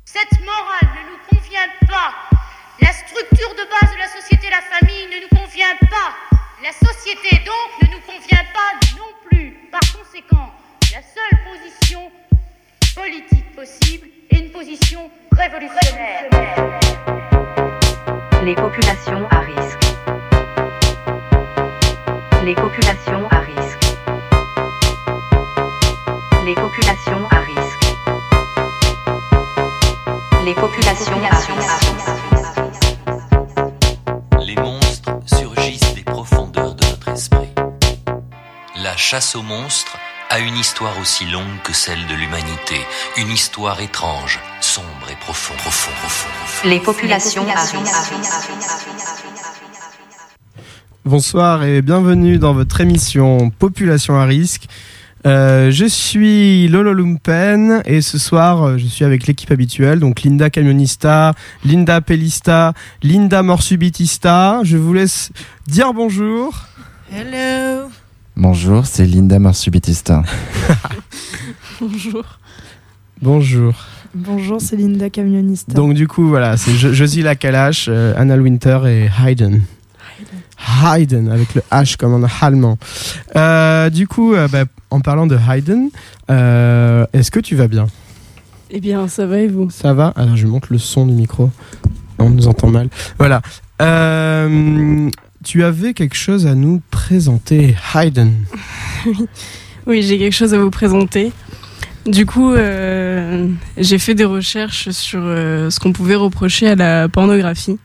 Cette morale ne nous convient pas. La structure de base de la société, la famille, ne nous convient pas. La société, donc, ne nous convient pas non plus. Par conséquent, la seule position politique possible est une position révolutionnaire. Les populations à risque. Les populations à risque. Les populations à risque. Les populations à risque. Les monstres surgissent des profondeurs de notre esprit. La chasse aux monstres a une histoire aussi longue que celle de l'humanité. Une histoire étrange, sombre et profonde. Les populations à risque. Bonsoir et bienvenue dans votre émission Population à risque. Je suis Lolo Lumpen et ce soir je suis avec l'équipe habituelle, donc Linda Camionista, Linda Pellista, Linda Morsubitista. Je vous laisse dire bonjour. Hello. Bonjour, c'est Linda Morsubitista. Bonjour. Bonjour. Bonjour, c'est Linda Camionista. Donc du coup voilà, c'est Josie Lacalache, Anna Winter et Hayden avec le H comme en allemand. Du coup, en parlant de Hayden, est-ce que tu vas bien ? Eh bien, ça va et vous ? Ça va ? Alors, je monte le son du micro. On nous entend mal. Voilà. Tu avais quelque chose à nous présenter, Hayden. Oui, j'ai quelque chose à vous présenter. Du coup, j'ai fait des recherches sur ce qu'on pouvait reprocher à la pornographie.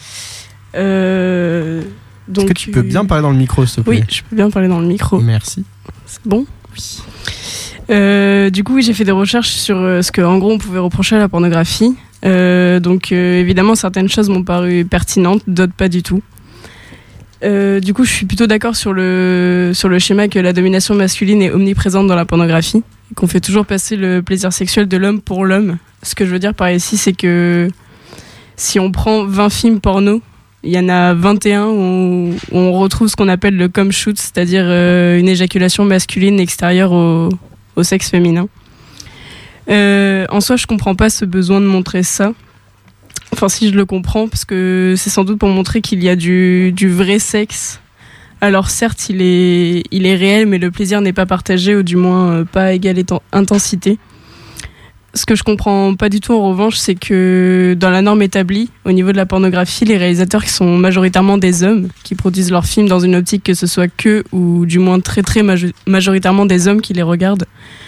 Donc, est-ce que tu peux bien parler dans le micro, s'il te plaît ? Oui, je peux bien parler dans le micro. Merci. C'est bon ? Oui. Du coup, oui, j'ai fait des recherches sur ce qu'en gros on pouvait reprocher à la pornographie. Donc, évidemment, certaines choses m'ont paru pertinentes, d'autres pas du tout. Du coup, je suis plutôt d'accord sur le schéma que la domination masculine est omniprésente dans la pornographie, et qu'on fait toujours passer le plaisir sexuel de l'homme pour l'homme. Ce que je veux dire par ici, c'est que si on prend 20 films porno, il y en a 21 où on retrouve ce qu'on appelle le cum shoot, c'est-à-dire une éjaculation masculine extérieure au sexe féminin. En soi, je comprends pas ce besoin de montrer ça. Enfin, si je le comprends, parce que c'est sans doute pour montrer qu'il y a du vrai sexe. Alors certes, il est réel, mais le plaisir n'est pas partagé, ou du moins pas à égale intensité. Ce que je comprends pas du tout en revanche, c'est que dans la norme établie, au niveau de la pornographie, les réalisateurs qui sont majoritairement des hommes, qui produisent leurs films dans une optique que ce soit que, ou du moins très très majoritairement des hommes qui les regardent.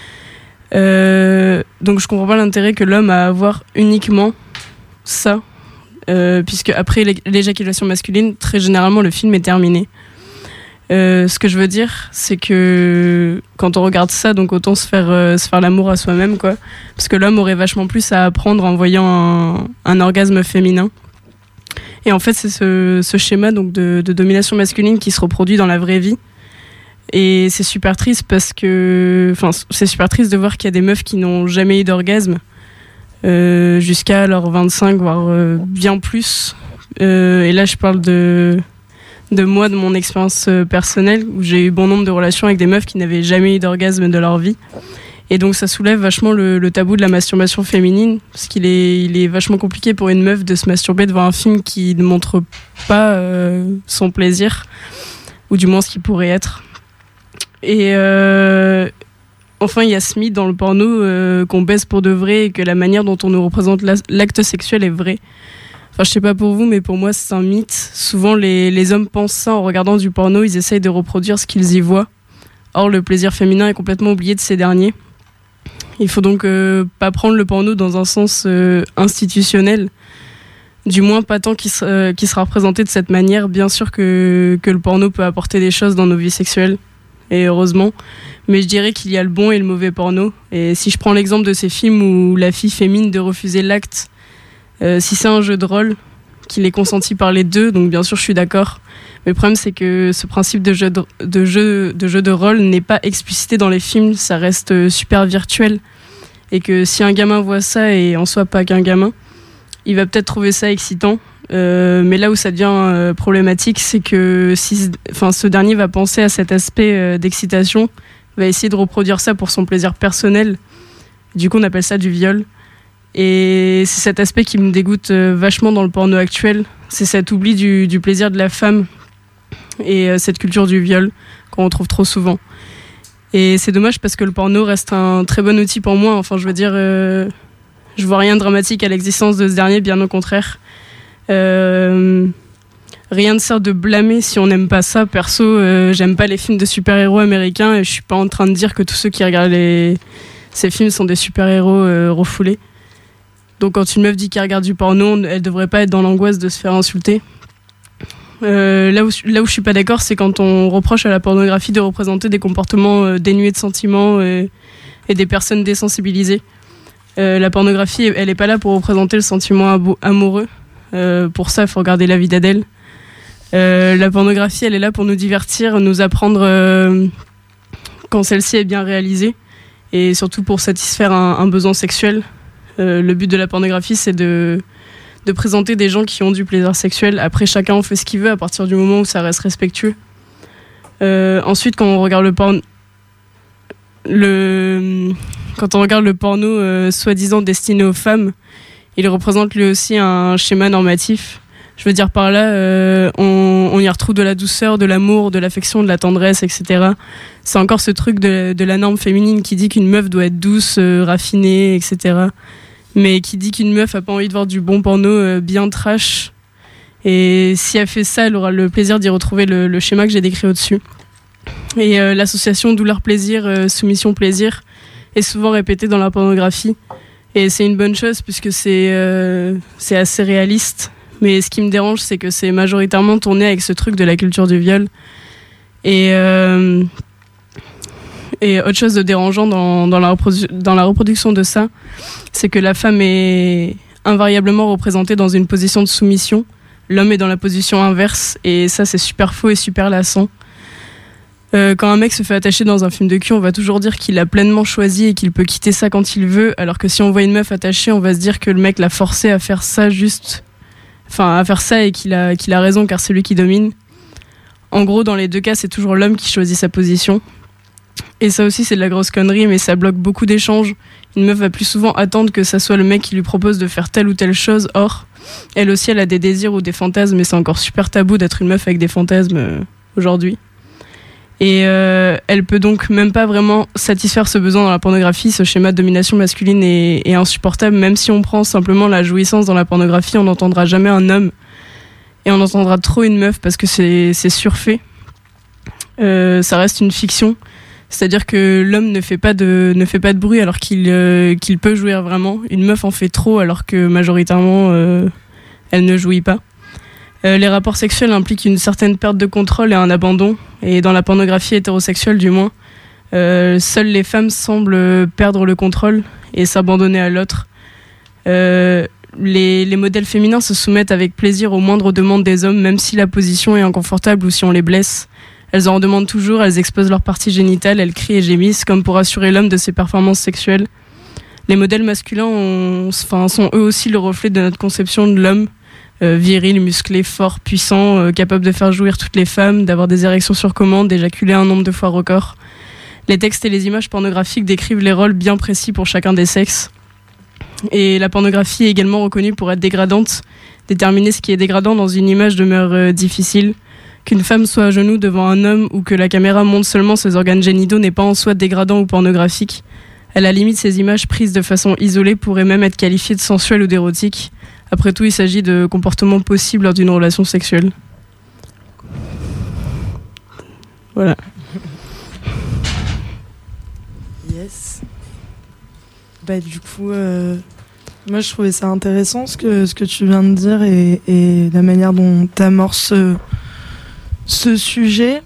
Donc je comprends pas l'intérêt que l'homme a à avoir uniquement ça, puisque après l'éjaculation masculine, très généralement le film est terminé. Ce que je veux dire, c'est que quand on regarde ça, donc autant se faire l'amour à soi-même, quoi. Parce que l'homme aurait vachement plus à apprendre en voyant un orgasme féminin. Et en fait, c'est ce schéma donc de domination masculine qui se reproduit dans la vraie vie. Et c'est super triste c'est super triste de voir qu'il y a des meufs qui n'ont jamais eu d'orgasme jusqu'à leurs 25, voire bien plus. Et là, je parle de moi, de mon expérience personnelle, où j'ai eu bon nombre de relations avec des meufs qui n'avaient jamais eu d'orgasme de leur vie. Et donc ça soulève vachement le tabou de la masturbation féminine, parce qu'il est vachement compliqué pour une meuf de se masturber devant un film qui ne montre pas son plaisir, ou du moins ce qu'il pourrait être. Et enfin, il y a ce mythe dans le porno qu'on baise pour de vrai, et que la manière dont on nous représente l'acte sexuel est vraie. Enfin, je sais pas pour vous, mais pour moi, c'est un mythe. Souvent, les hommes pensent ça en regardant du porno, ils essayent de reproduire ce qu'ils y voient. Or, le plaisir féminin est complètement oublié de ces derniers. Il faut donc pas prendre le porno dans un sens institutionnel, du moins pas tant qu'il sera représenté de cette manière. Bien sûr que le porno peut apporter des choses dans nos vies sexuelles, et heureusement, mais je dirais qu'il y a le bon et le mauvais porno. Et si je prends l'exemple de ces films où la fille fait mine de refuser l'acte, si c'est un jeu de rôle, qu'il est consenti par les deux, donc bien sûr je suis d'accord. Mais le problème, c'est que ce principe de jeu de rôle n'est pas explicité dans les films, ça reste super virtuel. Et que si un gamin voit ça, et en soi pas qu'un gamin, il va peut-être trouver ça excitant. Mais là où ça devient problématique, c'est que ce dernier va penser à cet aspect d'excitation, va essayer de reproduire ça pour son plaisir personnel. Du coup, on appelle ça du viol. Et c'est cet aspect qui me dégoûte vachement dans le porno actuel. C'est cet oubli du plaisir de la femme et cette culture du viol qu'on retrouve trop souvent. Et c'est dommage parce que le porno reste un très bon outil pour moi. Enfin, je veux dire, je vois rien de dramatique à l'existence de ce dernier, bien au contraire. Rien ne sert de blâmer si on n'aime pas ça. Perso, j'aime pas les films de super-héros américains et je suis pas en train de dire que tous ceux qui regardent ces films sont des super-héros refoulés. Donc quand une meuf dit qu'elle regarde du porno, elle devrait pas être dans l'angoisse de se faire insulter. Là où je suis pas d'accord, c'est quand on reproche à la pornographie de représenter des comportements dénués de sentiments et des personnes désensibilisées. La pornographie, elle est pas là pour représenter le sentiment amoureux. Pour ça, il faut regarder La vie d'Adèle. La pornographie, elle est là pour nous divertir, nous apprendre quand celle-ci est bien réalisée et surtout pour satisfaire un besoin sexuel. Le but de la pornographie, c'est de présenter des gens qui ont du plaisir sexuel. Après, chacun en fait ce qu'il veut à partir du moment où ça reste respectueux. Ensuite, quand on regarde le porno soi-disant destiné aux femmes, il représente lui aussi un schéma normatif. Je veux dire par là, on y retrouve de la douceur, de l'amour, de l'affection, de la tendresse, etc. C'est encore ce truc de la norme féminine qui dit qu'une meuf doit être douce, raffinée, etc. Mais qui dit qu'une meuf a pas envie de voir du bon porno bien trash. Et si elle fait ça, elle aura le plaisir d'y retrouver le schéma que j'ai décrit au-dessus. Et l'association douleur-plaisir, soumission-plaisir est souvent répétée dans la pornographie. Et c'est une bonne chose puisque c'est assez réaliste. Mais ce qui me dérange, c'est que c'est majoritairement tourné avec ce truc de la culture du viol. Et autre chose de dérangeant dans la reproduction de ça, c'est que la femme est invariablement représentée dans une position de soumission. L'homme est dans la position inverse. Et ça, c'est super faux et super lassant. Quand un mec se fait attacher dans un film de cul, on va toujours dire qu'il a pleinement choisi et qu'il peut quitter ça quand il veut. Alors que si on voit une meuf attachée, on va se dire que le mec l'a forcé à faire ça à faire ça et qu'il a raison car c'est lui qui domine. En gros, dans les deux cas, c'est toujours l'homme qui choisit sa position. Et ça aussi, c'est de la grosse connerie, mais ça bloque beaucoup d'échanges. Une meuf va plus souvent attendre que ça soit le mec qui lui propose de faire telle ou telle chose. Or, elle aussi, elle a des désirs ou des fantasmes, mais c'est encore super tabou d'être une meuf avec des fantasmes aujourd'hui. Et elle peut donc même pas vraiment satisfaire ce besoin dans la pornographie. Ce schéma de domination masculine est insupportable. Même si on prend simplement la jouissance dans la pornographie, on n'entendra jamais un homme et on entendra trop une meuf parce que c'est surfait. Ça reste une fiction, c'est-à-dire que l'homme ne fait pas de bruit alors qu'il peut jouir vraiment. Une meuf en fait trop alors que majoritairement elle ne jouit pas. Les rapports sexuels impliquent une certaine perte de contrôle et un abandon. Et dans la pornographie hétérosexuelle, du moins, seules les femmes semblent perdre le contrôle et s'abandonner à l'autre. Les modèles féminins se soumettent avec plaisir aux moindres demandes des hommes, même si la position est inconfortable ou si on les blesse. Elles en demandent toujours, elles exposent leurs parties génitales, elles crient et gémissent, comme pour assurer l'homme de ses performances sexuelles. Les modèles masculins sont eux aussi le reflet de notre conception de l'homme. Viril, musclé, fort, puissant, capable de faire jouir toutes les femmes, d'avoir des érections sur commande, d'éjaculer un nombre de fois record. Les textes et les images pornographiques décrivent les rôles bien précis pour chacun des sexes. Et la pornographie est également reconnue pour être dégradante. Déterminer ce qui est dégradant dans une image demeure difficile. Qu'une femme soit à genoux devant un homme ou que la caméra montre seulement ses organes génitaux n'est pas en soi dégradant ou pornographique. À la limite, ces images prises de façon isolée pourraient même être qualifiées de sensuelles ou d'érotiques. Après tout, il s'agit de comportements possibles lors d'une relation sexuelle. Voilà. Yes. Du coup, moi je trouvais ça intéressant ce que tu viens de dire et la manière dont tu amorces ce sujet.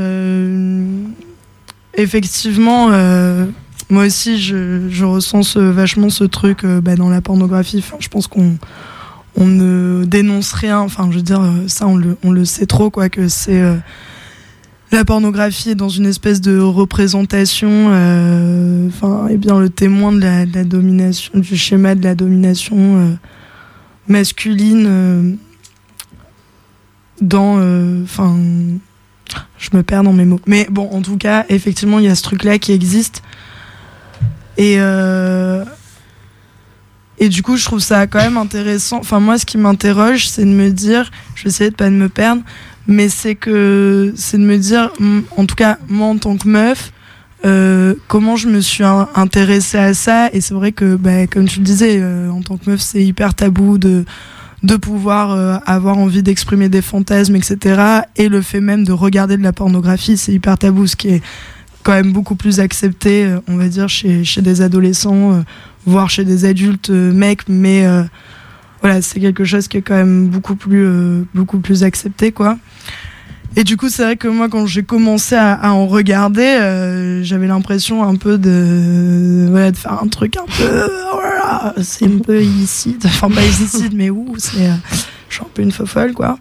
Effectivement, moi aussi je ressens vachement ce truc dans la pornographie. Enfin, je pense qu'on ne dénonce rien. Enfin, je veux dire, ça on le sait trop, quoi, que c'est la pornographie est dans une espèce de représentation, est bien le témoin de la domination, du schéma de la domination masculine dans, je me perds dans mes mots. Mais bon, en tout cas, effectivement, il y a ce truc-là qui existe. Et Et du coup, je trouve ça quand même intéressant. Enfin, moi, ce qui m'interroge, c'est de me dire, je vais essayer de pas me perdre, mais c'est de me dire, en tout cas, moi, en tant que meuf, comment je me suis intéressée à ça. Et c'est vrai que, comme tu le disais, en tant que meuf, c'est hyper tabou de pouvoir avoir envie d'exprimer des fantasmes, etc. Et le fait même de regarder de la pornographie, c'est hyper tabou, ce qui est quand même beaucoup plus accepté, on va dire, chez des adolescents, voire chez des adultes mecs, mais voilà, c'est quelque chose qui est quand même beaucoup plus accepté, quoi. Et du coup, c'est vrai que moi, quand j'ai commencé à en regarder, j'avais l'impression un peu de faire un truc un peu, voilà, c'est un peu illicite, enfin pas illicite, mais je suis un peu une fofolle, quoi.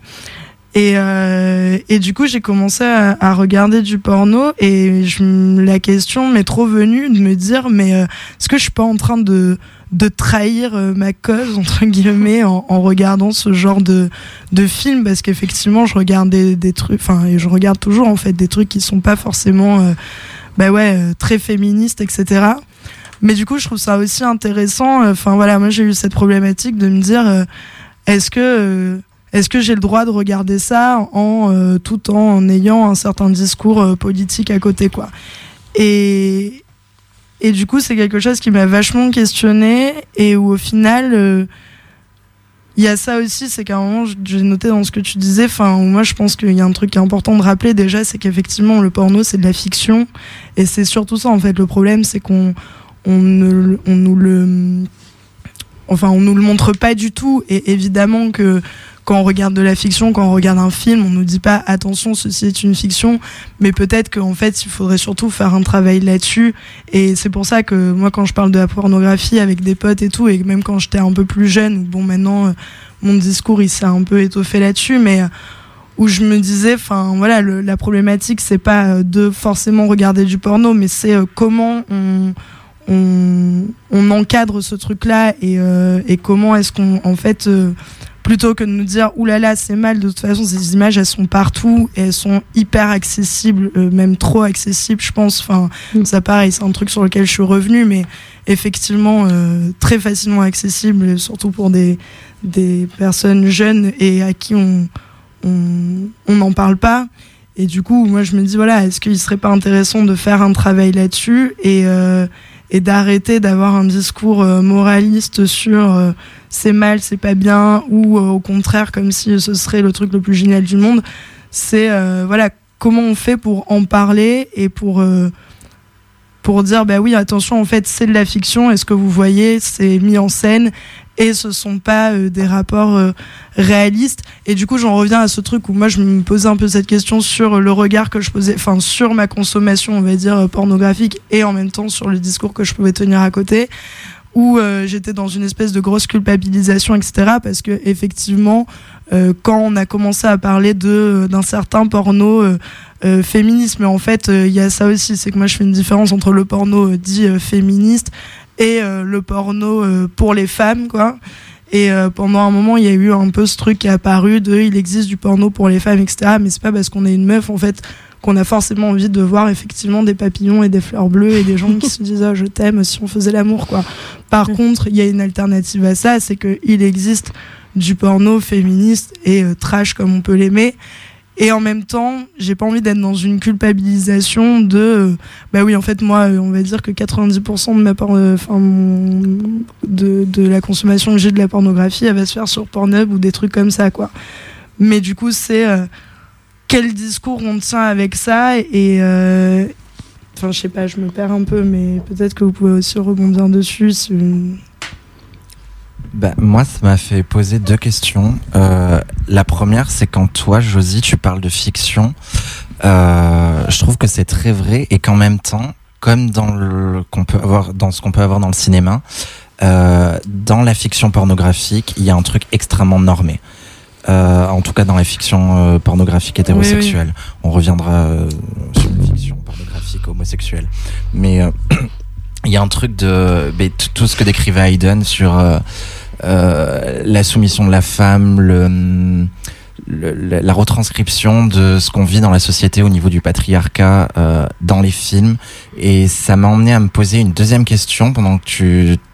Et du coup, j'ai commencé à regarder du porno et la question m'est trop venue de me dire, mais est-ce que je suis pas en train de trahir ma cause, entre guillemets, en regardant ce genre de film, parce qu'effectivement, je regarde des trucs, et je regarde toujours, en fait, des trucs qui sont pas forcément, très féministes, etc. Mais du coup, je trouve ça aussi intéressant. Moi, j'ai eu cette problématique de me dire, est-ce que j'ai le droit de regarder ça tout en ayant un certain discours politique à côté, quoi. Et du coup, c'est quelque chose qui m'a vachement questionnée et où au final, il y a ça aussi, c'est qu'à un moment, j'ai noté dans ce que tu disais, où moi je pense qu'il y a un truc qui est important de rappeler déjà, c'est qu'effectivement le porno c'est de la fiction et c'est surtout ça en fait. Le problème c'est qu'on nous le montre pas du tout, et évidemment que quand on regarde de la fiction, quand on regarde un film, on nous dit pas attention, ceci est une fiction, mais peut-être qu'en fait il faudrait surtout faire un travail là-dessus. Et c'est pour ça que moi, quand je parle de la pornographie avec des potes et tout, et même quand j'étais un peu plus jeune, maintenant mon discours il s'est un peu étoffé là-dessus, mais où je me disais, la problématique c'est pas de forcément regarder du porno, mais c'est comment on encadre ce truc-là, et comment est-ce qu'on, en fait, plutôt que de nous dire oulala c'est mal, de toute façon ces images elles sont partout et elles sont hyper accessibles, même trop accessibles, je pense. Ça pareil, c'est un truc sur lequel je suis revenue, mais effectivement très facilement accessible, surtout pour des personnes jeunes et à qui on n'en parle pas. Et du coup moi je me dis est-ce qu'il serait pas intéressant de faire un travail là-dessus et d'arrêter d'avoir un discours moraliste sur c'est mal, c'est pas bien, ou au contraire comme si ce serait le truc le plus génial du monde. C'est comment on fait pour en parler et pour dire oui attention, en fait c'est de la fiction, et ce que vous voyez c'est mis en scène et ce sont pas des rapports réalistes. Et du coup j'en reviens à ce truc où moi je me posais un peu cette question sur le regard que je posais, sur ma consommation on va dire pornographique, et en même temps sur le discours que je pouvais tenir à côté, où j'étais dans une espèce de grosse culpabilisation, etc. Parce que effectivement quand on a commencé à parler d'un certain porno féministe, mais en fait il y a ça aussi, c'est que moi je fais une différence entre le porno dit féministe et le porno pour les femmes, quoi. Et pendant un moment il y a eu un peu ce truc qui est apparu il existe du porno pour les femmes, etc. Mais c'est pas parce qu'on est une meuf en fait qu'on a forcément envie de voir effectivement des papillons et des fleurs bleues et des gens qui se disent je t'aime si on faisait l'amour, quoi. Par contre il y a une alternative à ça, c'est qu'il existe du porno féministe et trash comme on peut l'aimer. Et en même temps, j'ai pas envie d'être dans une culpabilisation de oui, en fait moi on va dire que 90% de ma de la consommation que j'ai de la pornographie, elle va se faire sur Pornhub ou des trucs comme ça, quoi. Mais du coup c'est quel discours on tient avec ça, et je sais pas, je me perds un peu, mais peut-être que vous pouvez aussi rebondir dessus. Moi, ça m'a fait poser deux questions. La première, c'est quand toi, Josie, tu parles de fiction, je trouve que c'est très vrai, et qu'en même temps, comme dans ce qu'on peut avoir dans le cinéma, dans la fiction pornographique, il y a un truc extrêmement normé. En tout cas dans la fiction pornographique hétérosexuelle. Oui. On reviendra sur la fiction pornographique homosexuelle. Mais il y a un truc de tout ce que décrivait Hayden sur la soumission de la femme, la retranscription de ce qu'on vit dans la société au niveau du patriarcat dans les films. Et ça m'a emmené à me poser une deuxième question pendant que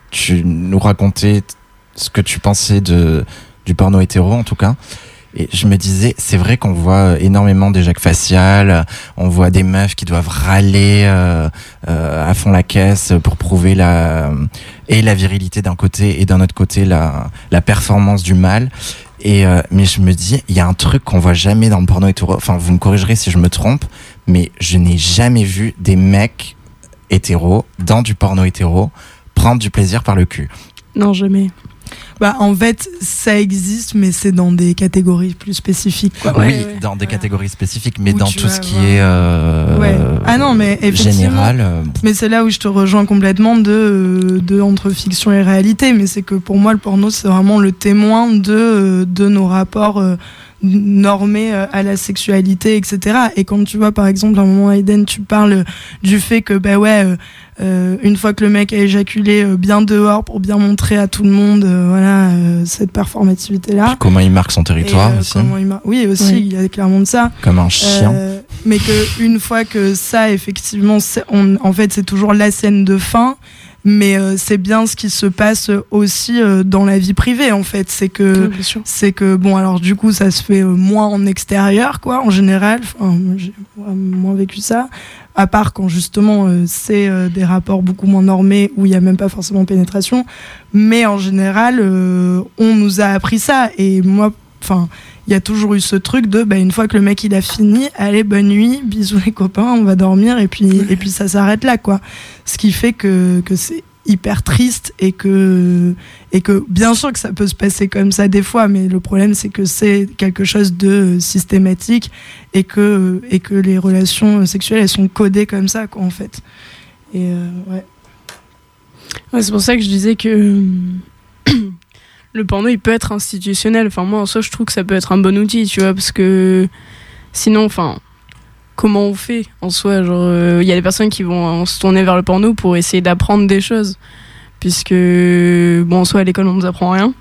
tu nous racontais ce que tu pensais du porno hétéro en tout cas. Et je me disais, c'est vrai qu'on voit énormément des jacques faciales, on voit des meufs qui doivent râler à fond la caisse pour prouver la virilité d'un côté et d'un autre côté la performance du mâle. Mais je me dis, il y a un truc qu'on voit jamais dans le porno hétéro. Enfin, vous me corrigerez si je me trompe, mais je n'ai jamais vu des mecs hétéros dans du porno hétéro prendre du plaisir par le cul. Non, jamais. Bah, en fait, ça existe, mais c'est dans des catégories plus spécifiques, quoi. Oui, dans des catégories spécifiques, mais dans tout ce qui est Ah non, mais effectivement, général. Mais c'est là où je te rejoins complètement de entre fiction et réalité. Mais c'est que pour moi, le porno, c'est vraiment le témoin de nos rapports normés à la sexualité, etc. Et quand tu vois, par exemple, à un moment, Aiden, tu parles du fait que, une fois que le mec a éjaculé bien dehors pour bien montrer à tout le monde cette performativité-là. Puis comment il marque son territoire aussi. Oui, aussi, il y a clairement de ça. Comme un chien. Mais qu'une fois que ça, effectivement, en fait, c'est toujours la scène de fin. Mais c'est bien ce qui se passe aussi dans la vie privée, en fait. C'est que bon, alors du coup, ça se fait moins en extérieur, quoi, en général. Enfin, j'ai moins vécu ça. À part quand justement c'est des rapports beaucoup moins normés où il n'y a même pas forcément pénétration. Mais en général, on nous a appris ça. Et moi, enfin, il y a toujours eu ce truc de une fois que le mec il a fini, allez, bonne nuit, bisous les copains, on va dormir et puis ça s'arrête là, quoi. Ce qui fait que c'est hyper triste et que bien sûr que ça peut se passer comme ça des fois, mais le problème c'est que c'est quelque chose de systématique et que les relations sexuelles elles sont codées comme ça, quoi, en fait. Et c'est pour ça que je disais que le porno il peut être institutionnel. Enfin, moi en soi je trouve que ça peut être un bon outil, tu vois, parce que sinon, enfin, comment on fait en soi, genre y a des personnes qui vont se tourner vers le porno pour essayer d'apprendre des choses, puisque bon, en soi à l'école on nous apprend rien,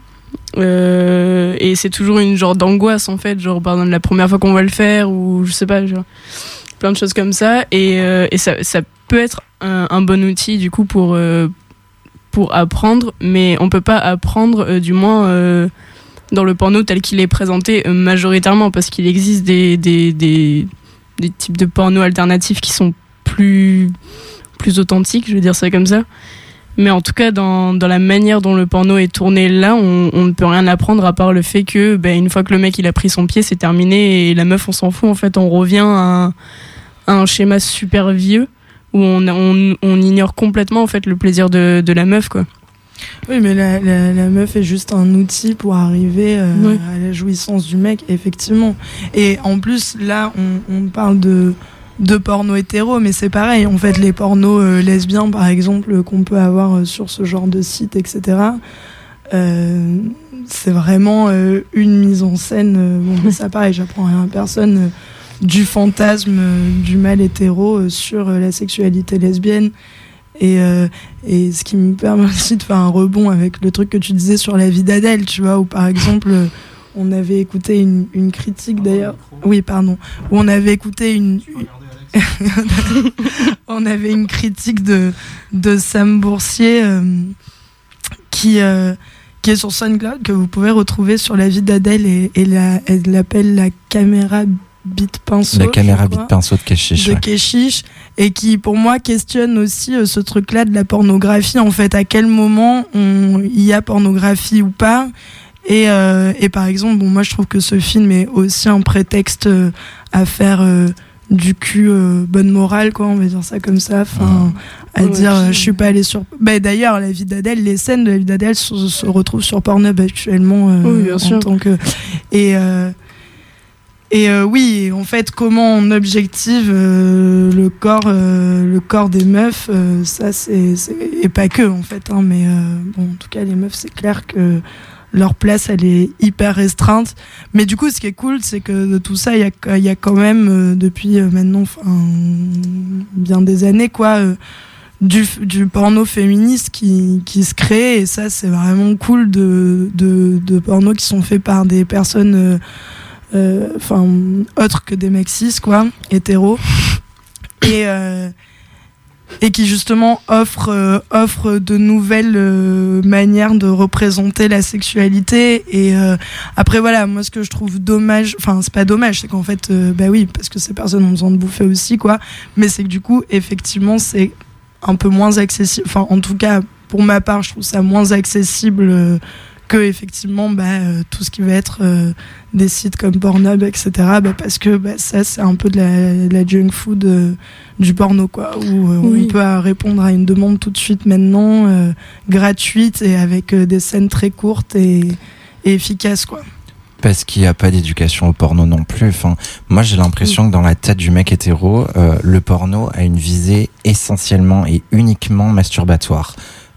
et c'est toujours une genre d'angoisse en fait, genre par exemple la première fois qu'on va le faire, ou je sais pas, genre plein de choses comme ça, et ça peut être un bon outil du coup pour apprendre, mais on peut pas apprendre du moins dans le porno tel qu'il est présenté majoritairement, parce qu'il existe des types de porno alternatifs qui sont plus authentiques, je veux dire ça comme ça. Mais en tout cas, dans la manière dont le porno est tourné là, on ne peut rien apprendre à part le fait que une fois que le mec il a pris son pied, c'est terminé, et la meuf on s'en fout. En fait, on revient à un schéma super vieux où on ignore complètement en fait le plaisir de la meuf, quoi. Oui, mais la meuf est juste un outil pour arriver à la jouissance du mec, effectivement. Et en plus, là, on parle de porno hétéro, mais c'est pareil. En fait, les pornos lesbiens, par exemple, qu'on peut avoir sur ce genre de site, etc., c'est vraiment une mise en scène. Bon, ça, pareil, j'apprends rien à personne. Du fantasme du mâle hétéro sur la sexualité lesbienne. Et ce qui me permet aussi de faire un rebond avec le truc que tu disais sur la vie d'Adèle, tu vois, où par exemple on avait écouté une critique d'ailleurs, oui pardon, où on avait écouté on avait une critique de Sam Boursier qui est sur SoundCloud, que vous pouvez retrouver sur la vie d'Adèle, et elle l'appelle la caméra bite pinceau, la caméra bite pinceau de Keshish, et qui pour moi questionne aussi ce truc là de la pornographie, en fait, à quel moment il y a pornographie ou pas, et par exemple, bon, moi je trouve que ce film est aussi un prétexte à faire du cul bonne morale, quoi, on va dire ça comme ça, enfin dire je suis pas allée sur d'ailleurs la vie d'Adèle, les scènes de la vie d'Adèle se retrouvent sur Pornhub actuellement, oui, bien sûr. Tant que oui, en fait, comment on objective le corps des meufs, ça c'est et pas que, en fait, hein, mais bon, en tout cas les meufs, c'est clair que leur place elle est hyper restreinte. Mais du coup, ce qui est cool, c'est que de tout ça, il y a quand même depuis maintenant, bien des années, quoi, du porno féministe qui se crée, et ça c'est vraiment cool, de porno qui sont faits par des personnes autres que des mecs cis, quoi, hétéros, et qui justement offre de nouvelles manières de représenter la sexualité. Et après voilà, moi ce que je trouve dommage, enfin c'est pas dommage, c'est qu'en fait bah oui, parce que ces personnes ont besoin de bouffer aussi quoi, mais c'est que du coup effectivement c'est un peu moins accessible, enfin en tout cas pour ma part je trouve ça moins accessible que effectivement tout ce qui va être des sites comme Pornhub, etc. Parce que ça c'est un peu de la junk food du porno quoi, où Oui. on peut répondre à une demande tout de suite maintenant, gratuite et avec des scènes très courtes et efficaces quoi. Parce qu'il n'y a pas d'éducation au porno non plus. Enfin, moi, j'ai l'impression que dans la tête du mec hétéro, le porno a une visée essentiellement et uniquement masturbatoire.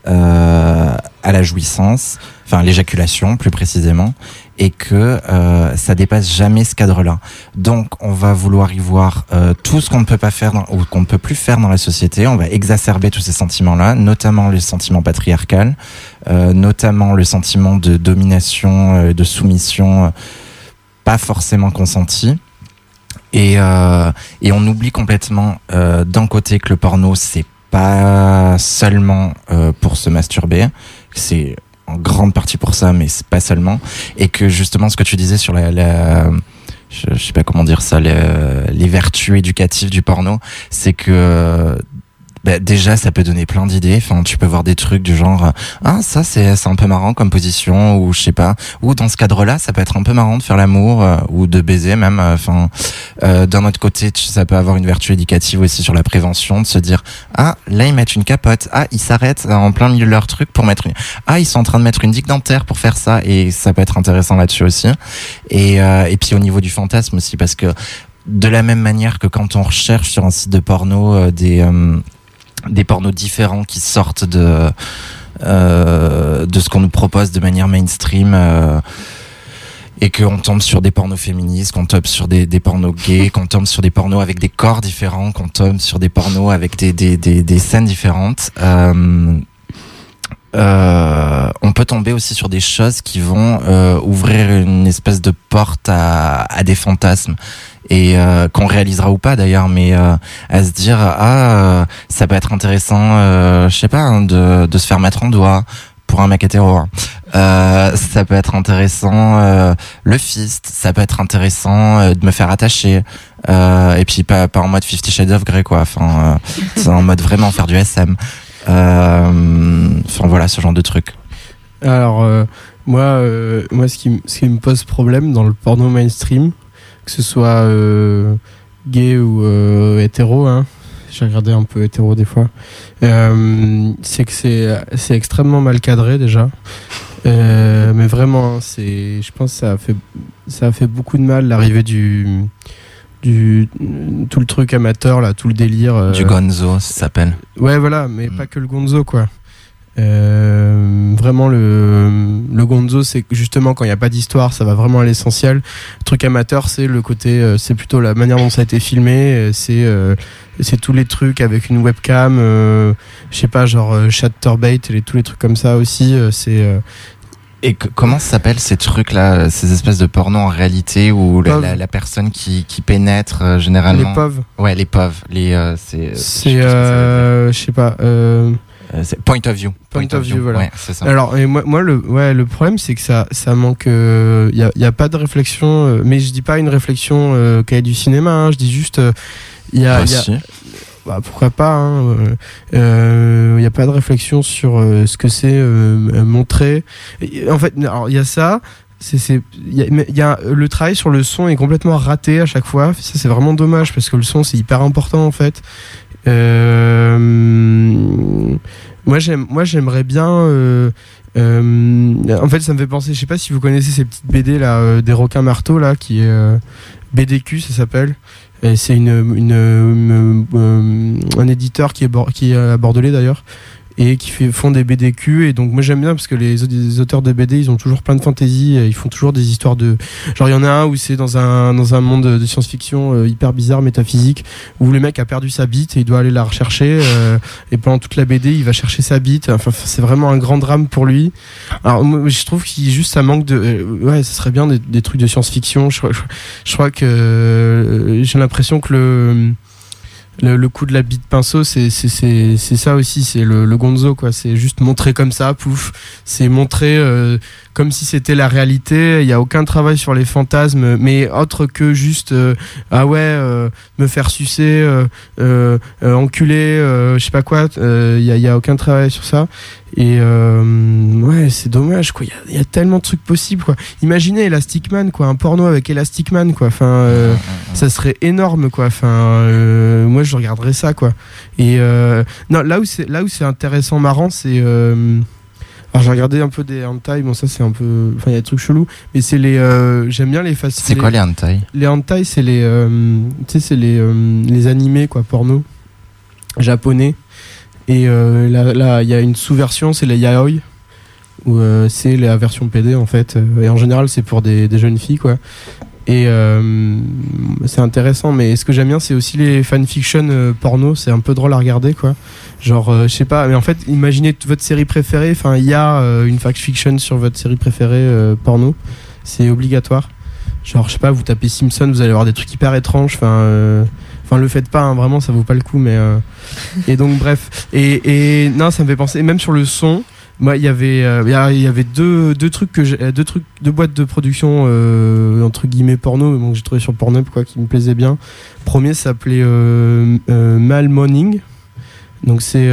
À la jouissance, enfin l'éjaculation plus précisément, et que ça dépasse jamais ce cadre-là. Donc on va vouloir y voir tout ce qu'on ne peut pas faire ou qu'on ne peut plus faire dans la société. On va exacerber tous ces sentiments-là, notamment le sentiment patriarcal, notamment le sentiment de domination, de soumission, pas forcément consenti. Et on oublie complètement d'un côté que le porno c'est pas seulement pour se masturber, c'est en grande partie pour ça, mais c'est pas seulement, et que justement ce que tu disais sur je sais pas comment dire ça, les vertus éducatives du porno, c'est que déjà ça peut donner plein d'idées. Enfin, tu peux voir des trucs du genre ça c'est un peu marrant comme position, ou je sais pas, ou dans ce cadre-là ça peut être un peu marrant de faire l'amour ou de baiser même. Enfin, d'un autre côté ça peut avoir une vertu éducative aussi sur la prévention, de se dire là ils mettent une capote, ils s'arrêtent en plein milieu de leur truc pour mettre ils sont en train de mettre une digue dentaire pour faire ça, et ça peut être intéressant là-dessus aussi. Et puis au niveau du fantasme aussi, parce que de la même manière que quand on recherche sur un site de porno des pornos différents qui sortent de ce qu'on nous propose de manière mainstream, et qu'on tombe sur des pornos féministes, qu'on tombe sur des pornos gays, qu'on tombe sur des pornos avec des corps différents, qu'on tombe sur des pornos avec des scènes différentes. On peut tomber aussi sur des choses qui vont ouvrir une espèce de porte à des fantasmes, et qu'on réalisera ou pas d'ailleurs, mais à se dire ça peut être intéressant, je sais pas, de se faire mettre en doigt pour un mec hétéro. Ça peut être intéressant le fist, ça peut être intéressant de me faire attacher, et puis pas en mode 50 Shades of Grey quoi, enfin c'est en mode vraiment faire du SM. Enfin voilà, ce genre de truc. Alors moi ce qui me pose problème dans le porno mainstream, que ce soit gay ou hétéro, j'ai regardé un peu hétéro des fois, c'est que c'est extrêmement mal cadré déjà, mais vraiment je pense que ça a fait beaucoup de mal l'arrivée du tout le truc amateur là, tout le délire du gonzo, ça s'appelle. Ouais voilà, mais pas que le gonzo quoi. Vraiment le gonzo, c'est justement quand il n'y a pas d'histoire, ça va vraiment à l'essentiel. Le truc amateur, c'est le côté, c'est plutôt la manière dont ça a été filmé, c'est tous les trucs avec une webcam, je sais pas, genre Chatterbait et tous les trucs comme ça aussi, Et comment ça s'appelle ces trucs-là, ces espèces de porno en réalité où la personne qui pénètre généralement. Les POV. Ouais, les POV. C'est je sais pas. C'est Point of View. Point of View, voilà. Ouais, c'est ça. Alors, et moi le problème, c'est que ça manque. Y a pas de réflexion, mais je dis pas une réflexion qui est du cinéma. Je dis juste, pourquoi pas. Il n'y a pas de réflexion sur ce que c'est montrer. En fait, alors il y a ça. Le travail sur le son est complètement raté à chaque fois. Ça, c'est vraiment dommage parce que le son, c'est hyper important en fait. Moi j'aimerais bien en fait ça me fait penser, je sais pas si vous connaissez ces petites BD là, des requins marteaux là, qui est BDQ ça s'appelle, et c'est un éditeur qui est à Bordelais d'ailleurs, et qui font des BDQ, et donc moi j'aime bien parce que les auteurs de BD ils ont toujours plein de fantaisie, ils font toujours des histoires de genre, il y en a un où c'est dans un monde de science-fiction hyper bizarre, métaphysique, où le mec a perdu sa bite et il doit aller la rechercher, et pendant toute la BD il va chercher sa bite, enfin c'est vraiment un grand drame pour lui. Alors moi, je trouve qu'il juste ça manque de ouais, ça serait bien des trucs de science-fiction. Je crois que j'ai l'impression que le coup de la bite pinceau, c'est ça aussi, c'est le gonzo, quoi. C'est juste montrer comme ça, pouf. C'est montrer comme si c'était la réalité. Il n'y a aucun travail sur les fantasmes, mais autre que juste me faire sucer, enculer, je sais pas quoi. Il y a aucun travail sur ça. Et c'est dommage, quoi. Il y a tellement de trucs possibles, quoi. Imaginez Elastic Man, quoi, un porno avec Elastic Man, quoi. Enfin, ça serait énorme, quoi. Enfin, moi je regarderais ça, quoi. Et non, là où c'est intéressant, marrant, c'est alors j'ai regardé un peu des hentai, bon ça c'est un peu, enfin il y a des trucs chelous, mais c'est les j'aime bien les faciles. C'est quoi les hentai? Les hentai, c'est les tu sais, c'est les animés, quoi, porno japonais. Et là il y a une sous-version, c'est les yaoi, où c'est la version PD en fait, et en général c'est pour des jeunes filles, quoi. Et c'est intéressant, mais ce que j'aime bien, c'est aussi les fanfiction porno. C'est un peu drôle à regarder, quoi. Genre, je sais pas, mais en fait, imaginez votre série préférée. Enfin, il y a une fanfiction sur votre série préférée porno. C'est obligatoire. Genre, je sais pas, vous tapez Simpson, vous allez avoir des trucs hyper étranges. Enfin, le faites pas, hein, vraiment, ça vaut pas le coup. Mais et donc, bref. Et non, ça me fait penser, même sur le son. Moi, il y avait deux boîtes de production entre guillemets porno, bon, que j'ai trouvé sur Pornhub, quoi, qui me plaisaient bien. Premier s'appelait Mal Morning, donc c'est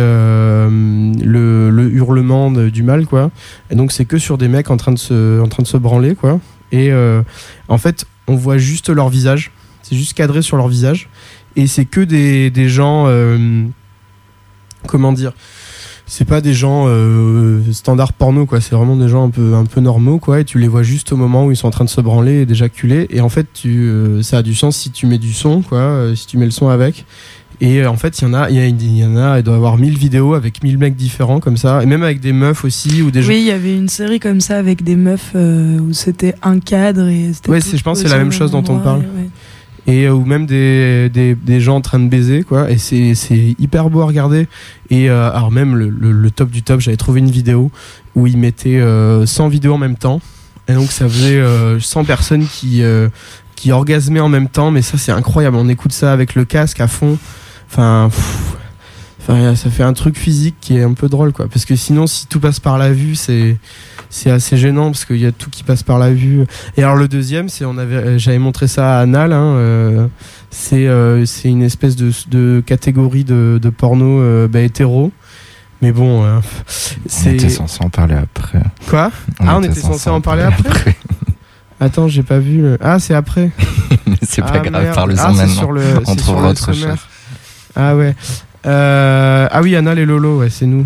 le hurlement du mal, quoi. Et donc c'est que sur des mecs en train de se branler, quoi. Et en fait, on voit juste leur visage, c'est juste cadré sur leur visage, et c'est que des gens, comment dire. C'est pas des gens standard porno, quoi. C'est vraiment des gens un peu normaux, quoi. Et tu les vois juste au moment où ils sont en train de se branler et d'éjaculer. Et en fait, ça a du sens si tu mets du son, quoi. Si tu mets le son avec. Et en fait, il doit y avoir 1000 vidéos avec 1000 mecs différents comme ça. Et même avec des meufs aussi. Ou des oui, il y avait une série comme ça avec des meufs où c'était un cadre. Et ouais, je pense que c'est la même chose dont on parle. Ouais. Et ou même des gens en train de baiser, quoi. Et c'est hyper beau à regarder. Et alors même le top du top, j'avais trouvé une vidéo où ils mettaient 100 vidéos en même temps, et donc ça faisait 100 personnes qui orgasmaient en même temps. Mais ça, c'est incroyable, on écoute ça avec le casque à fond. Enfin, ça fait un truc physique qui est un peu drôle, quoi. Parce que sinon, si tout passe par la vue, c'est assez gênant, parce qu'il y a tout qui passe par la vue. Et alors le deuxième, j'avais montré ça à Anal, hein, c'est une espèce de catégorie de porno hétéro. Mais bon, on était censé en parler après. Quoi ? On était censé en parler après. Attends, j'ai pas vu. Ah, c'est après. C'est pas grave, parle-en maintenant. C'est sur l'autre chose. Ah ouais. Ah oui, Anal et Lolo, ouais, c'est nous.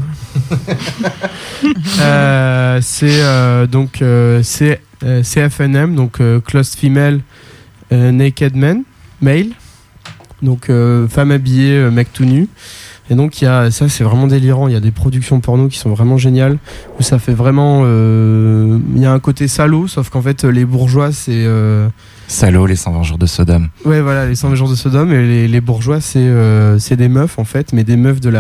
C'est donc CFNM, donc Closed Female Naked Male, donc femme habillée, mec tout nu. Et donc ça, c'est vraiment délirant. Il y a des productions porno qui sont vraiment géniales, où ça fait vraiment il y a un côté salaud, sauf qu'en fait les bourgeois, c'est salaud, les 120 jours de Sodome. Ouais, voilà, les 120 jours de Sodome. Et les bourgeois, c'est des meufs, en fait, mais des meufs de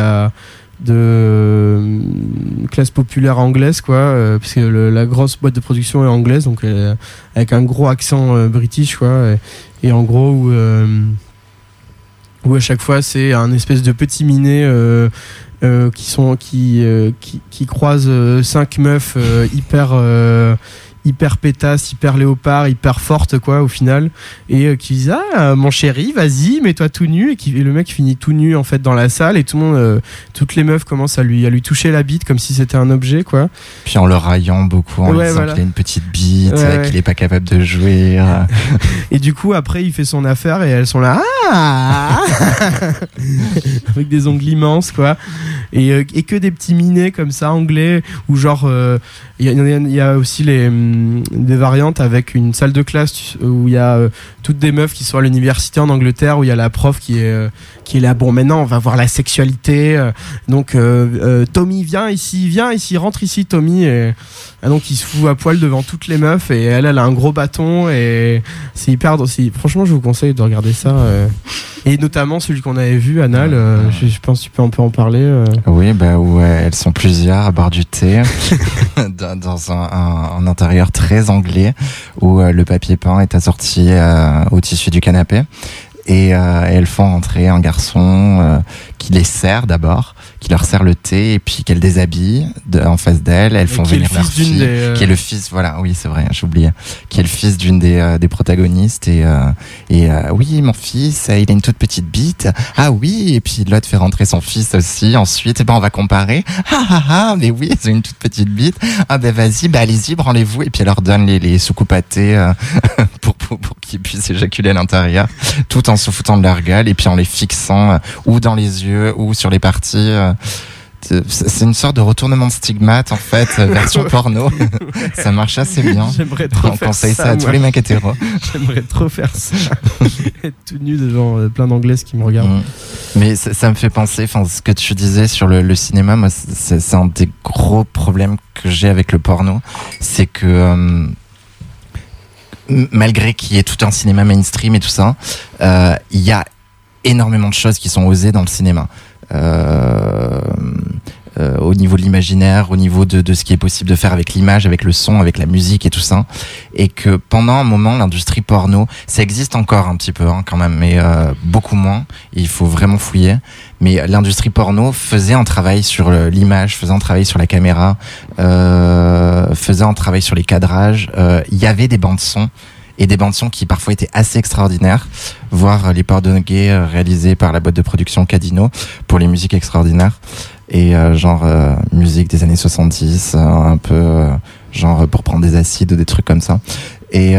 classe populaire anglaise, quoi, parce que la grosse boîte de production est anglaise, donc avec un gros accent british, quoi, et en gros où à chaque fois c'est un espèce de petit minet qui croisent 5 meufs hyper pétasse, hyper léopard, hyper forte, quoi, au final, et qui disent mon chéri, vas-y, mets-toi tout nu, et le mec finit tout nu, en fait, dans la salle, et tout le monde, toutes les meufs commencent à lui toucher la bite comme si c'était un objet, quoi. Puis en le raillant beaucoup, en lui disant qu'il a une petite bite, qu'il est pas capable de jouer. Et du coup, après, il fait son affaire, et elles sont là, avec des ongles immenses, quoi, et que des petits minets comme ça, anglais, ou genre, il y a aussi des variantes avec une salle de classe où il y a toutes des meufs qui sont à l'université en Angleterre, où il y a la prof qui est là, bon, maintenant on va voir la sexualité, donc Tommy viens ici, rentre ici Tommy, et donc il se fout à poil devant toutes les meufs, et elle a un gros bâton, et c'est hyper franchement je vous conseille de regarder ça, et notamment celui qu'on avait vu, Anal, je pense que tu peux un peu en parler. Oui, où elles sont plusieurs à boire du thé dans un intérieur très anglais, où le papier peint est assorti au tissu du canapé. et elles font entrer un garçon qui les sert d'abord, qui leur sert le thé et puis qu'elle déshabille en face d'elle. Elles font venir leur fille, qui est le fils, voilà, oui c'est vrai, j'ai oublié, qui est le fils d'une des protagonistes et oui mon fils, il a une toute petite bite. Ah oui, et puis l'autre fait rentrer son fils aussi. Ensuite, on va comparer. Mais oui, ils ont une toute petite bite. Ah ben vas-y, allez-y, branlez-vous. Et puis elle leur donne les soucoupes à thé pour qu'ils puissent éjaculer à l'intérieur, tout en se foutant de leur gueule et puis en les fixant ou dans les yeux ou sur les parties. C'est une sorte de retournement de stigmate en fait, version porno. Ça marche assez bien. J'aimerais trop On faire conseille ça à moi. tous les mecs hétéros. J'aimerais trop faire ça. Être tout nu devant plein d'anglaises qui me regardent. Mais ça me fait penser, ce que tu disais sur le cinéma, moi c'est un des gros problèmes que j'ai avec le porno, c'est que malgré qu'il y ait tout un cinéma mainstream et tout ça, il y a énormément de choses qui sont osées dans le cinéma. Au niveau de l'imaginaire, au niveau de ce qui est possible de faire avec l'image, avec le son, avec la musique et tout ça, et que pendant un moment l'industrie porno, ça existe encore un petit peu quand même, mais beaucoup moins, il faut vraiment fouiller, mais l'industrie porno faisait un travail sur l'image, faisait un travail sur la caméra, faisait un travail sur les cadrages, il y avait des bandes son et des bandes son qui parfois étaient assez extraordinaires, voire les pornos gays réalisés par la boîte de production Cadino pour les musiques extraordinaires, et musique des années 70, un peu genre pour prendre des acides ou des trucs comme ça, et